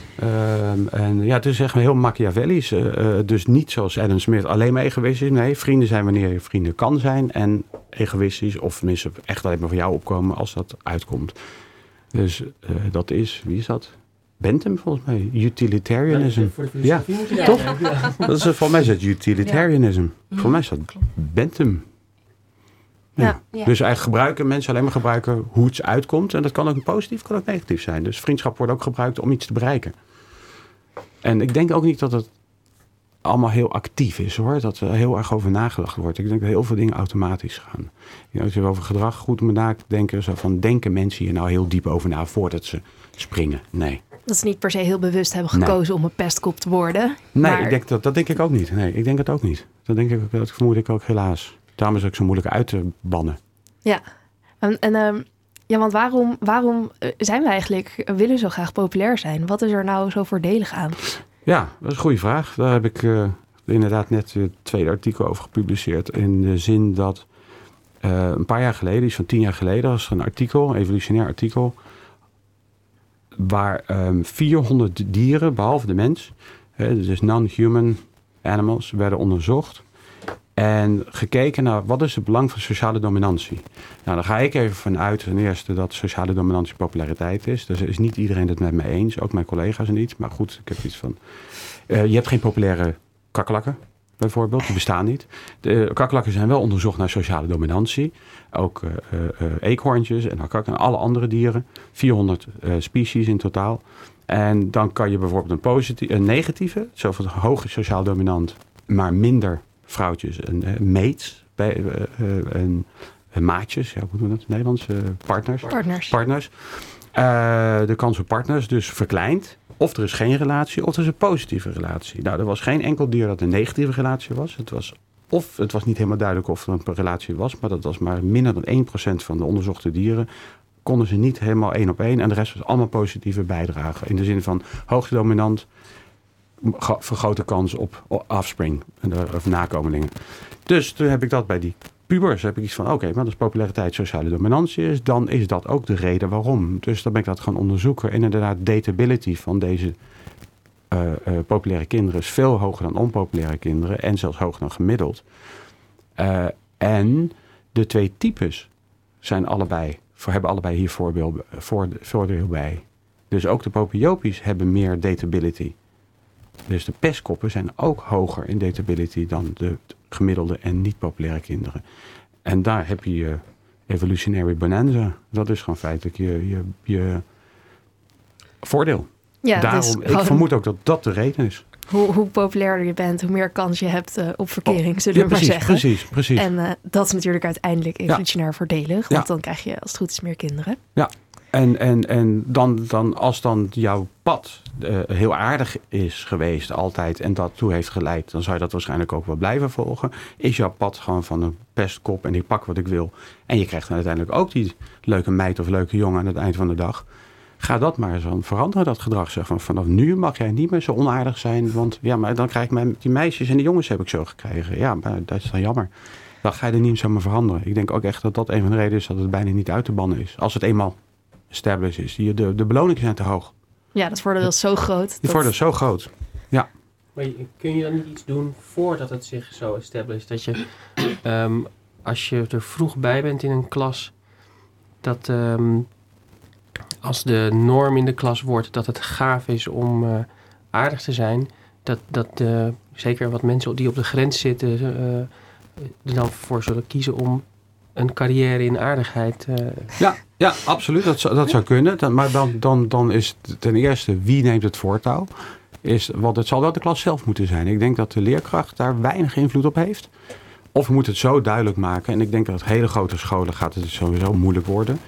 Het is echt heel Machiavellisch. Dus niet zoals Adam Smith alleen maar egoïstisch. Nee, vrienden zijn wanneer je vrienden kan zijn. En egoïstisch, of tenminste echt alleen maar voor jou opkomen als dat uitkomt. Dus dat is... Wie is dat? Bentham volgens mij. Utilitarianism. Ja, toch? Dat is volgens mij is het utilitarianism. Volgens mij is dat Bentham. Ja. Dus eigenlijk gebruiken mensen alleen maar gebruiken hoe het uitkomt. En dat kan ook positief, kan ook negatief zijn. Dus vriendschap wordt ook gebruikt om iets te bereiken. En ik denk ook niet dat het allemaal heel actief is, hoor. Dat er heel erg over nagedacht wordt. Ik denk dat heel veel dingen automatisch gaan. Als je over gedrag goed moet nadenken, zo van denken mensen hier nou heel diep over na voordat ze springen? Nee. Dat ze niet per se heel bewust hebben gekozen om een pestkop te worden. Nee, maar... dat denk ik ook niet. Nee, ik denk het ook niet. Dat vermoed ik ook helaas. Daarom is het ook zo moeilijk uit te bannen. Ja, want waarom zijn we eigenlijk, willen zo graag populair zijn? Wat is er nou zo voordelig aan? Ja, dat is een goede vraag. Daar heb ik inderdaad net het tweede artikel over gepubliceerd. In de zin dat een paar jaar geleden, iets van 10 jaar geleden, was er een artikel, een evolutionair artikel, waar 400 dieren, behalve de mens, dus non-human animals, werden onderzocht. En gekeken naar wat is het belang van sociale dominantie. Nou, dan ga ik even vanuit ten eerste dat sociale dominantie populariteit is. Dus is niet iedereen het met me eens, ook mijn collega's niet. Maar goed, ik heb iets van... je hebt geen populaire kakkerlakken, bijvoorbeeld. Die bestaan niet. De kakkerlakken zijn wel onderzocht naar sociale dominantie. Ook eekhoorntjes en macaques en alle andere dieren. 400 species in totaal. En dan kan je bijvoorbeeld een negatieve, zoveel hoog sociaal dominant, maar minder vrouwtjes en mates, maatjes, hoe doen we dat in Nederlands? Partners. De kans op partners dus verkleind. Of er is geen relatie, of er is een positieve relatie. Nou, er was geen enkel dier dat een negatieve relatie was. Het was niet helemaal duidelijk of er een relatie was, maar dat was maar minder dan 1% van de onderzochte dieren. Konden ze niet helemaal 1 op 1 en de rest was allemaal positieve bijdrage. In de zin van hoogst dominant, vergrote kans op offspring of nakomelingen. Dus toen heb ik dat bij die pubers, heb ik iets van oké, maar als populariteit sociale dominantie is, dan is dat ook de reden waarom. Dus dan ben ik dat gaan onderzoeken. En inderdaad, datability van deze populaire kinderen is veel hoger dan onpopulaire kinderen en zelfs hoger dan gemiddeld. En de 2 types hebben allebei hier voordeel bij. Dus ook de popiopies hebben meer datability. Dus de pestkoppen zijn ook hoger in datability dan de gemiddelde en niet populaire kinderen. En daar heb je evolutionary bonanza. Dat is gewoon feitelijk je voordeel. Ja, daarom, dus ik vermoed ook dat dat de reden is. Hoe populairder je bent, hoe meer kans je hebt op verkering, zullen we maar zeggen. Precies. En dat is natuurlijk uiteindelijk evolutionair voordelig. Want dan krijg je als het goed is meer kinderen. Ja. En dan als dan jouw pad heel aardig is geweest altijd en dat toe heeft geleid, dan zou je dat waarschijnlijk ook wel blijven volgen. Is jouw pad gewoon van een pestkop en ik pak wat ik wil en je krijgt dan uiteindelijk ook die leuke meid of leuke jongen aan het eind van de dag. Ga dat maar eens aan veranderen, dat gedrag. Zeg van vanaf nu mag jij niet meer zo onaardig zijn, want ja, maar dan krijg ik die meisjes en die jongens heb ik zo gekregen. Ja, maar dat is dan jammer. Dan ga je er niet zomaar veranderen. Ik denk ook echt dat dat een van de redenen is dat het bijna niet uit te bannen is. Als het eenmaal established is. De beloningen zijn te hoog. Ja, dat voordeel is zo groot. Die voordeel is zo groot, ja. Maar kun je dan niet iets doen voordat het zich zo established? Dat je, als je er vroeg bij bent in een klas, dat als de norm in de klas wordt dat het gaaf is om aardig te zijn, dat zeker wat mensen die op de grens zitten er dan voor zullen kiezen om een carrière in aardigheid. Ja, absoluut. Dat zou kunnen. Maar dan is ten eerste wie neemt het voortouw? Want het zal wel de klas zelf moeten zijn. Ik denk dat de leerkracht daar weinig invloed op heeft. Of we moeten het zo duidelijk maken. En ik denk dat hele grote scholen gaat het sowieso moeilijk worden.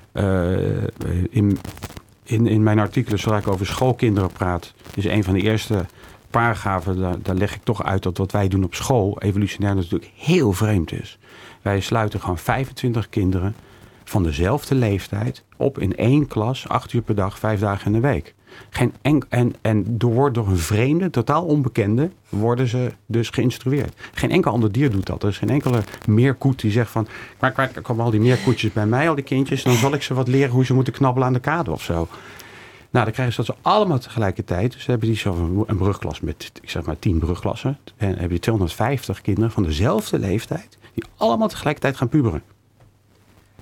In mijn artikelen, zodra ik over schoolkinderen praat, is een van de eerste paragrafen, daar leg ik toch uit dat wat wij doen op school evolutionair natuurlijk heel vreemd is. Wij sluiten gewoon 25 kinderen van dezelfde leeftijd op in 1 klas, 8 uur per dag, 5 dagen in de week. Door een vreemde, totaal onbekende, worden ze dus geïnstrueerd. Geen enkel ander dier doet dat. Er is geen enkele meerkoet die zegt van, er komen al die meerkoetjes bij mij, al die kindjes, dan zal ik ze wat leren hoe ze moeten knabbelen aan de kade of zo. Nou, dan krijgen ze dat allemaal tegelijkertijd. Dus dan hebben die zo een brugklas met, ik zeg maar 10 brugklassen. En dan heb je 250 kinderen van dezelfde leeftijd die allemaal tegelijkertijd gaan puberen.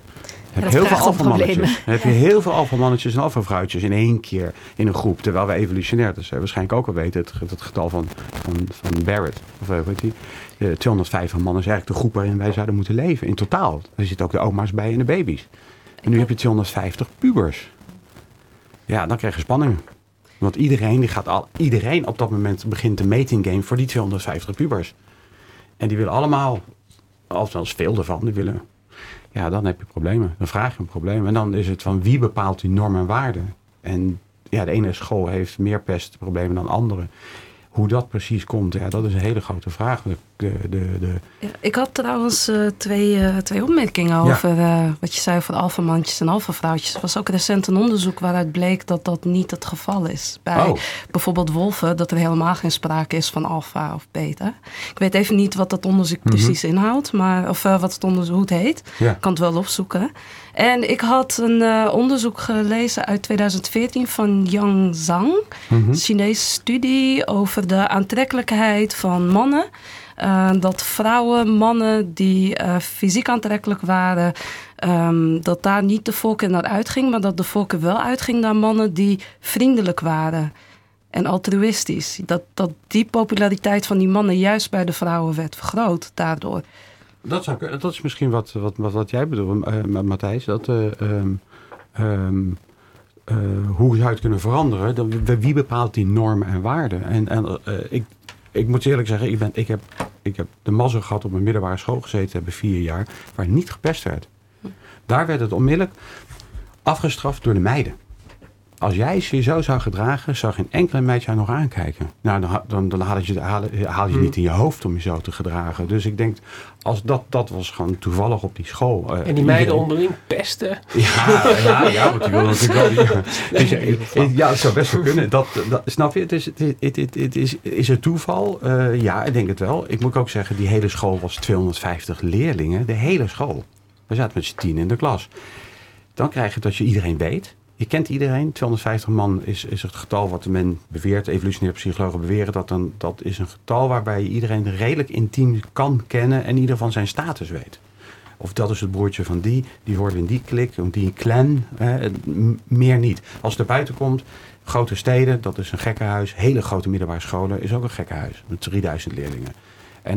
heb je heel veel alfamannetjes. Dan heb je heel veel alfamannetjes en alfavrouwtjes in één keer in een groep. Terwijl wij evolutionair, dus waarschijnlijk ook al weten, het getal van Barrett, of weet je, 250 man is eigenlijk de groep waarin wij zouden moeten leven in totaal. Er zitten ook de oma's bij en de baby's. En nu heb je 250 pubers. Ja, dan krijg je spanningen. Want iedereen op dat moment begint de mating game voor die 250 pubers. En die willen allemaal, althans veel ervan, die willen... Ja, dan heb je problemen. Dan vraag je een probleem. En dan is het van wie bepaalt die normen en waarden. En ja, de ene school heeft meer pestproblemen dan andere. Hoe dat precies komt, ja, dat is een hele grote vraag. Ja, ik had trouwens twee opmerkingen over wat je zei over alfamannetjes en alfavrouwtjes. Er was ook recent een onderzoek waaruit bleek dat dat niet het geval is. Bij bijvoorbeeld wolven, dat er helemaal geen sprake is van alfa of beta. Ik weet even niet wat dat onderzoek precies inhoudt, maar of wat het onderzoek, hoe het heet. Ja. Ik kan het wel opzoeken. En ik had een onderzoek gelezen uit 2014 van Yang Zhang. Een Chinese studie over de aantrekkelijkheid van mannen. Dat vrouwen, mannen die fysiek aantrekkelijk waren, dat daar niet de voorkeur naar uitging, maar dat de voorkeur wel uitging naar mannen die vriendelijk waren en altruïstisch. Dat die populariteit van die mannen juist bij de vrouwen werd vergroot daardoor. Dat is misschien wat jij bedoelt, Matthijs. Dat, hoe zou je het kunnen veranderen? Wie bepaalt die normen en waarden? En ik moet eerlijk zeggen, ik heb de mazzel gehad op mijn middelbare school gezeten hebben 4 jaar, waar niet gepest werd. Daar werd het onmiddellijk afgestraft door de meiden. Als jij je zo zou gedragen, zou geen enkele meid jou nog aankijken. Nou, dan haal je niet in je hoofd om je zo te gedragen. Dus ik denk, als dat was gewoon toevallig op die school. En die meiden onderling pesten. Ja, want die willen natuurlijk wel. Ja, het zou best wel kunnen. Snap je? Is het toeval? Ja, ik denk het wel. Ik moet ook zeggen, die hele school was 250 leerlingen. De hele school. We zaten met z'n 10 in de klas. Dan krijg je dat je iedereen weet. Je kent iedereen. 250 man is het getal wat men beweert. Evolutionaire psychologen beweren dat is een getal waarbij je iedereen redelijk intiem kan kennen en in ieder geval zijn status weet. Of dat is het broertje van die hoort in die klik, die clan. Meer niet. Als het er buiten komt, grote steden, dat is een gekkenhuis. Hele grote middelbare scholen is ook een gekkenhuis met 3000 leerlingen. En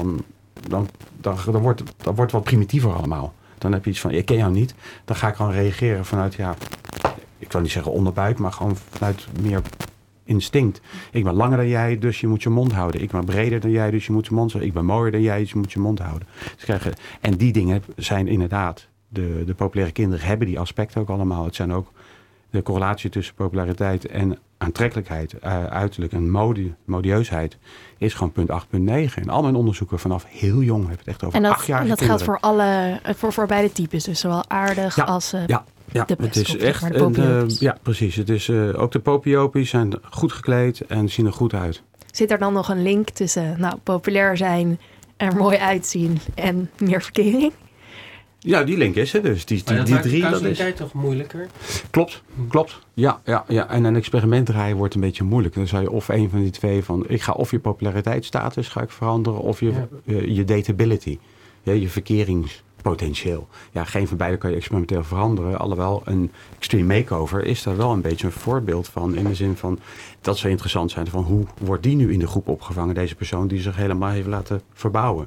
dan wordt het wat primitiever allemaal. Dan heb je iets van, ik ken jou niet. Dan ga ik gewoon reageren vanuit, ik wil niet zeggen onderbuik, maar gewoon vanuit meer instinct. Ik ben langer dan jij, dus je moet je mond houden. Ik ben breder dan jij, dus je moet je mond houden. Ik ben mooier dan jij, dus je moet je mond houden. En die dingen zijn inderdaad, de populaire kinderen hebben die aspecten ook allemaal. Het zijn ook de correlatie tussen populariteit en aantrekkelijkheid, uiterlijk en modieusheid is gewoon punt 8,9. En al mijn onderzoeken vanaf heel jong, heb het echt over 8 jaar. En dat geldt voor voor beide types, dus zowel aardig als de het is echt de precies. Het is ook de popiopies zijn goed gekleed en zien er goed uit. Zit er dan nog een link tussen populair zijn, er mooi uitzien en meer verkering? Ja, die link is er dus. Die drie, dat is toch moeilijker? Klopt. Ja. En een experiment draaien wordt een beetje moeilijk. Dan zou je of een van die twee van, ik ga of je populariteitsstatus ga ik veranderen, of je dateability, je verkeringspotentieel. Ja, geen van beide kan je experimenteel veranderen. Alhoewel een extreme makeover is daar wel een beetje een voorbeeld van. In de zin van, dat zou interessant zijn van hoe wordt die nu in de groep opgevangen, deze persoon die zich helemaal heeft laten verbouwen.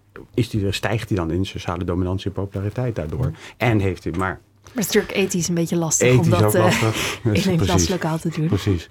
Stijgt hij dan in sociale dominantie en populariteit daardoor? En heeft hij maar het is natuurlijk ethisch een beetje lastig om dat in een klaslokaal te doen. Precies.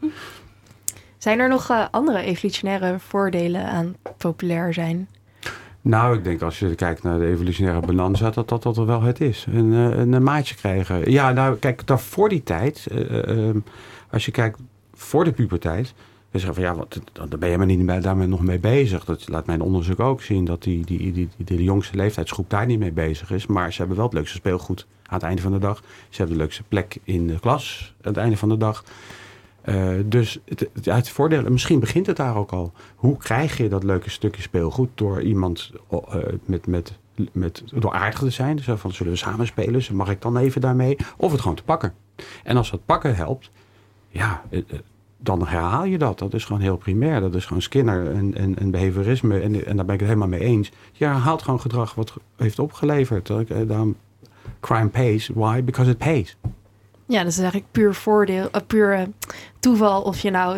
Zijn er nog andere evolutionaire voordelen aan populair zijn? Nou, ik denk als je kijkt naar de evolutionaire bonanza, dat er wel het is. Een maatje krijgen. Ja, nou, kijk, voor die tijd, als je kijkt voor de puberteit, dan zeggen van dan ben je maar niet daarmee nog mee bezig. Dat laat mijn onderzoek ook zien, dat de jongste leeftijdsgroep daar niet mee bezig is. Maar ze hebben wel het leukste speelgoed aan het einde van de dag. Ze hebben de leukste plek in de klas aan het einde van de dag. Dus het voordeel, misschien begint het daar ook al. Hoe krijg je dat leuke stukje speelgoed door iemand door aardig te zijn? Dus van, zullen we samen spelen? Dus mag ik dan even daarmee? Of het gewoon te pakken. En als dat pakken helpt, dan herhaal je dat. Dat is gewoon heel primair. Dat is gewoon Skinner en behaviorisme. En daar ben ik het helemaal mee eens. Je herhaalt gewoon gedrag wat heeft opgeleverd. Daarom crime pays. Why? Because it pays. Ja, dus het is eigenlijk puur toeval of je nou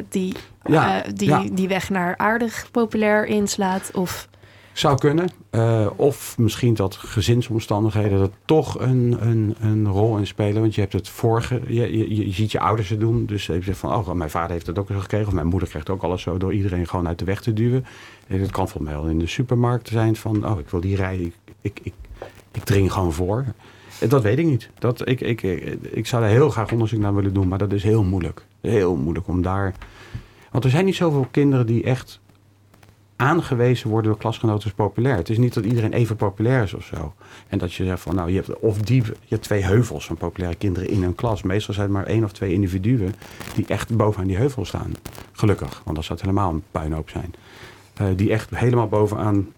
die weg naar aardig populair inslaat of... Zou kunnen. Of misschien dat gezinsomstandigheden er toch een rol in spelen. Want je hebt het vorige... Je ziet je ouders het doen. Dus je zegt van... mijn vader heeft het ook eens gekregen. Of mijn moeder krijgt ook alles zo door iedereen gewoon uit de weg te duwen. Het kan volgens mij wel in de supermarkt zijn van... ik wil die rij. Ik dring gewoon voor. Dat weet ik niet. Ik zou daar heel graag onderzoek naar willen doen. Maar dat is heel moeilijk. Heel moeilijk om daar... Want er zijn niet zoveel kinderen die echt... aangewezen worden door klasgenoten als populair. Het is niet dat iedereen even populair is of zo. En dat je zegt van, je hebt 2 heuvels van populaire kinderen in een klas. Meestal zijn het maar 1 of 2 individuen die echt bovenaan die heuvel staan. Gelukkig, want dan zou het helemaal een puinhoop zijn. Die echt helemaal bovenaan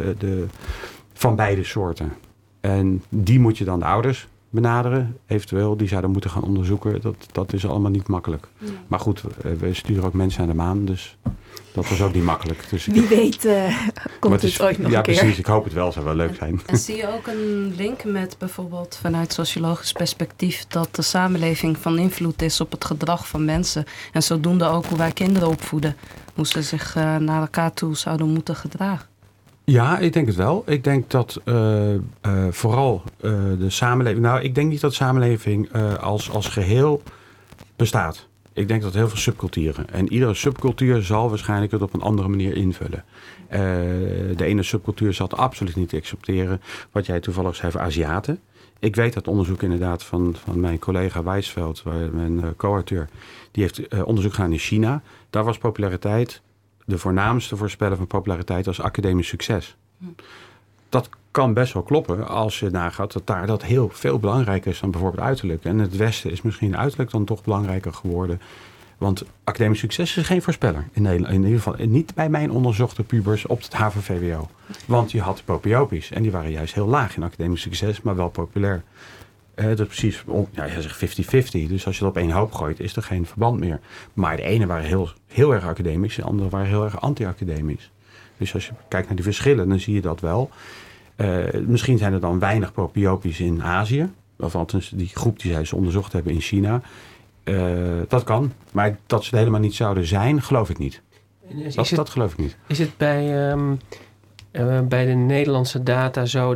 van beide soorten. En die moet je dan de ouders benaderen, eventueel. Die zouden moeten gaan onderzoeken. Dat is allemaal niet makkelijk. Ja. Maar goed, we sturen ook mensen aan de maan, dus dat was ook niet makkelijk. Dus wie weet komt het ooit nog een keer. Ja, precies. Ik hoop het wel. Zou wel leuk zijn. En zie je ook een link met bijvoorbeeld vanuit sociologisch perspectief dat de samenleving van invloed is op het gedrag van mensen. En zodoende ook hoe wij kinderen opvoeden. Hoe ze zich naar elkaar toe zouden moeten gedragen. Ja, ik denk het wel. Ik denk dat vooral de samenleving... Nou, ik denk niet dat de samenleving als geheel bestaat. Ik denk dat heel veel subculturen. En iedere subcultuur zal waarschijnlijk het op een andere manier invullen. De ene subcultuur zal het absoluut niet accepteren. Wat jij toevallig zei voor Aziaten. Ik weet dat onderzoek inderdaad van mijn collega Wijsveld, mijn co-auteur. Die heeft onderzoek gedaan in China. Daar was populariteit... de voornaamste voorspeller van populariteit als academisch succes. Dat kan best wel kloppen als je nagaat dat daar dat heel veel belangrijker is dan bijvoorbeeld uiterlijk. En het Westen is misschien uiterlijk dan toch belangrijker geworden. Want academisch succes is geen voorspeller. In Nederland, in ieder geval niet bij mijn onderzochte pubers op het HAVO-VWO. Want je had popiopies en die waren juist heel laag in academisch succes, maar wel populair. Dat is precies, hij zegt 50-50. Dus als je het op één hoop gooit, is er geen verband meer. Maar de ene waren heel erg academisch, de andere waren heel erg anti-academisch. Dus als je kijkt naar die verschillen, dan zie je dat wel. Misschien zijn er dan weinig popiopies in Azië. Of althans die groep die zij dus onderzocht hebben in China. Dat kan. Maar dat ze het helemaal niet zouden zijn, geloof ik niet. Dat geloof ik niet. Is het bij de Nederlandse data zo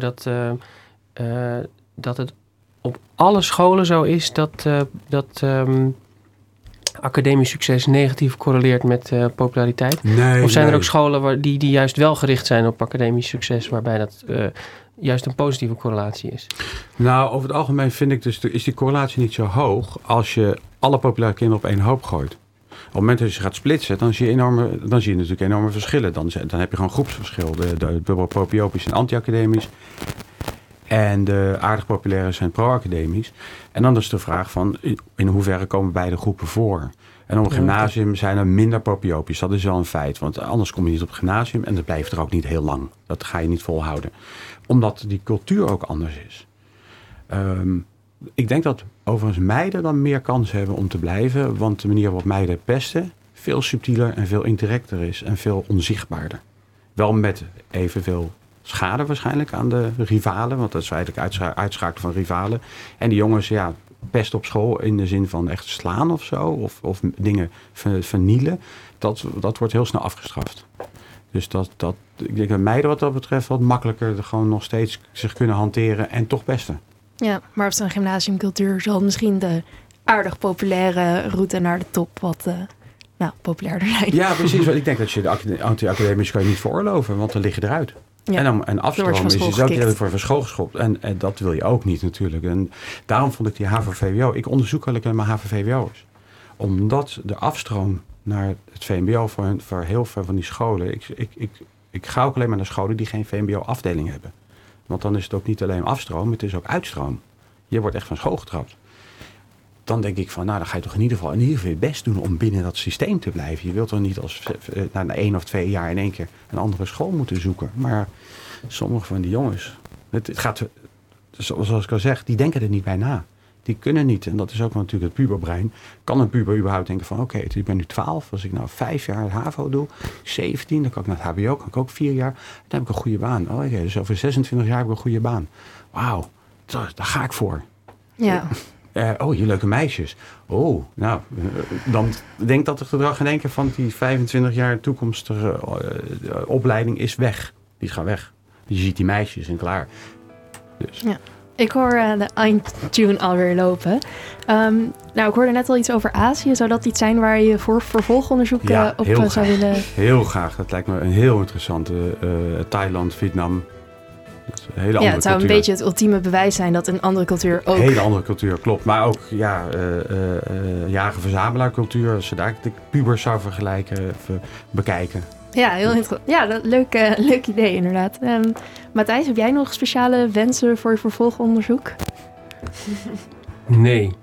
dat het op alle scholen zo is dat academisch succes negatief correleert met populariteit? Nee, of zijn er ook scholen die juist wel gericht zijn op academisch succes, waarbij dat juist een positieve correlatie is? Nou, over het algemeen vind ik dus, is die correlatie niet zo hoog als je alle populaire kinderen op één hoop gooit. Op het moment dat je gaat splitsen, dan zie je natuurlijk enorme verschillen. Dan heb je gewoon groepsverschil. De popiopisch en anti-academisch. En de aardig populaire zijn pro-academisch. En dan is de vraag van in hoeverre komen beide groepen voor. En op een gymnasium zijn er minder popiopisch. Dat is wel een feit. Want anders kom je niet op het gymnasium en dat blijft er ook niet heel lang. Dat ga je niet volhouden. Omdat die cultuur ook anders is. Ik denk dat overigens meiden dan meer kans hebben om te blijven. Want de manier waarop meiden pesten veel subtieler en veel indirecter is. En veel onzichtbaarder. Wel met evenveel schade waarschijnlijk aan de rivalen. Want dat is eigenlijk uitschakelen van rivalen. En die jongens, pest op school in de zin van echt slaan of zo. Of dingen vernielen. Dat wordt heel snel afgestraft. Dus ik denk dat meiden wat dat betreft wat makkelijker gewoon nog steeds zich kunnen hanteren en toch pesten. Ja, maar op zo'n gymnasiumcultuur zal misschien de aardig populaire route naar de top wat populairder zijn. Ja, precies. Want ik denk dat je de anti-academisch kan je niet veroorloven, want dan lig je eruit. Ja. En afstroom is dus ook redelijk voor school geschopt. En dat wil je ook niet natuurlijk. En daarom vond ik die HAVO-VWO. Ik onderzoek alleen maar HAVO-VWO's. Omdat de afstroom naar het VMBO voor heel veel van die scholen. Ik ga ook alleen maar naar scholen die geen VMBO-afdeling hebben. Want dan is het ook niet alleen afstroom, het is ook uitstroom. Je wordt echt van school getrapt. Dan denk ik van, dan ga je toch in ieder geval je best doen om binnen dat systeem te blijven. Je wilt toch niet na 1 of 2 jaar in één keer een andere school moeten zoeken. Maar sommige van die jongens, het gaat, zoals ik al zeg, die denken er niet bij na. Die kunnen niet. En dat is ook natuurlijk het puberbrein. Kan een puber überhaupt denken van, oké, ik ben nu 12. Als ik nou 5 jaar het HAVO doe, 17, dan kan ik naar het HBO, kan ik ook 4 jaar. Dan heb ik een goede baan. Dus over 26 jaar heb ik een goede baan. Wauw. daar ga ik voor. Ja. Je leuke meisjes. Dan denk ik dat het gedrag in één keer van die 25 jaar toekomstige opleiding is weg. Die gaat weg. Je ziet die meisjes en klaar. Dus. Ja. Ik hoor de eindtune alweer lopen. Ik hoorde net al iets over Azië. Zou dat iets zijn waar je voor vervolgonderzoek op zou willen? Heel graag. Dat lijkt me een heel interessante. Thailand, Vietnam. Dat is een hele andere het zou cultuur. een beetje het ultieme bewijs zijn dat een andere cultuur ook... Een hele andere cultuur, klopt. Maar ook jager-verzamelaar-cultuur. Als je daar de pubers zou vergelijken, even bekijken. Ja, heel interessant. Ja, leuk idee inderdaad. Matthijs, heb jij nog speciale wensen voor je vervolgonderzoek? Nee.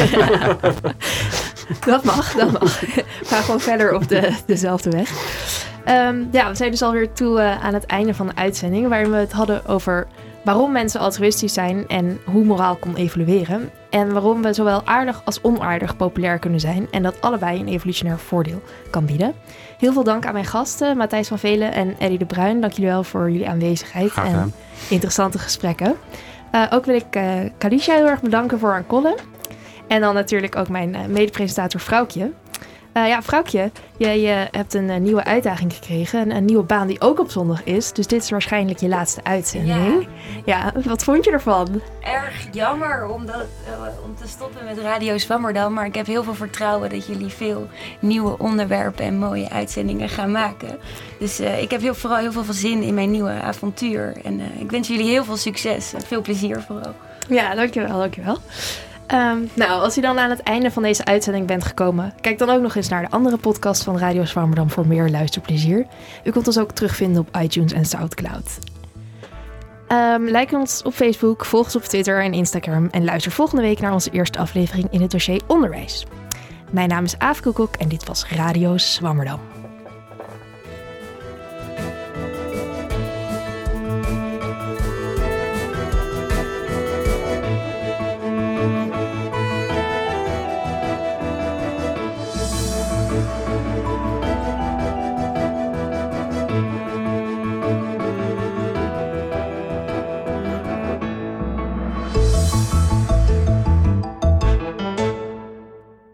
Dat mag. Ga gewoon verder op dezelfde weg. We zijn dus alweer toe aan het einde van de uitzending, waarin we het hadden over waarom mensen altruïstisch zijn en hoe moraal kon evolueren. En waarom we zowel aardig als onaardig populair kunnen zijn en dat allebei een evolutionair voordeel kan bieden. Heel veel dank aan mijn gasten, Matthijs van Velen en Eddie de Bruin. Dank jullie wel voor jullie aanwezigheid en interessante gesprekken. Ook wil ik Khadija heel erg bedanken voor haar column. En dan natuurlijk ook mijn mede-presentator Vrouwtje. Vrouwtje, jij hebt een nieuwe uitdaging gekregen. Een nieuwe baan die ook op zondag is. Dus dit is waarschijnlijk je laatste uitzending. Ja, wat vond je ervan? Erg jammer om te stoppen met Radio Zwammerdam. Maar ik heb heel veel vertrouwen dat jullie veel nieuwe onderwerpen en mooie uitzendingen gaan maken. Dus ik heb vooral heel veel zin in mijn nieuwe avontuur. En ik wens jullie heel veel succes en veel plezier vooral. Ja, dankjewel. Als u dan aan het einde van deze uitzending bent gekomen, kijk dan ook nog eens naar de andere podcast van Radio Zwammerdam voor meer luisterplezier. U kunt ons ook terugvinden op iTunes en Soundcloud. Like ons op Facebook, volg ons op Twitter en Instagram en luister volgende week naar onze eerste aflevering in het dossier onderwijs. Mijn naam is Aafke Kok en dit was Radio Zwammerdam.